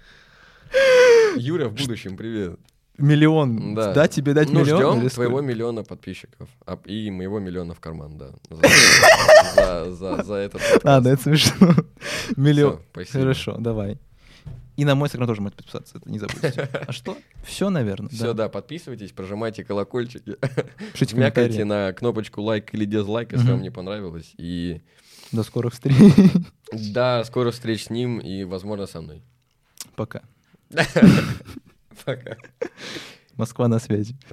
Юра, в будущем, привет. Миллион. Да. Да, тебе дать Ну, миллион? ждем или твоего сколько? миллиона подписчиков. А- И моего миллиона в карман, да. За- За за- за этот подкаст. Ладно, это смешно. Миллион. Всё, спасибо. Хорошо, давай. И на мой инстаграм тоже можете подписаться, это не забудьте. А что? Все, наверное. Все, да, подписывайтесь, прожимайте колокольчики, Пишите жмякайте комментарии. на кнопочку лайк или дизлайк, если Мгм. вам не понравилось. И До скорых встреч. да, скоро встреч с ним и, возможно, со мной. Пока. Пока. Москва на связи.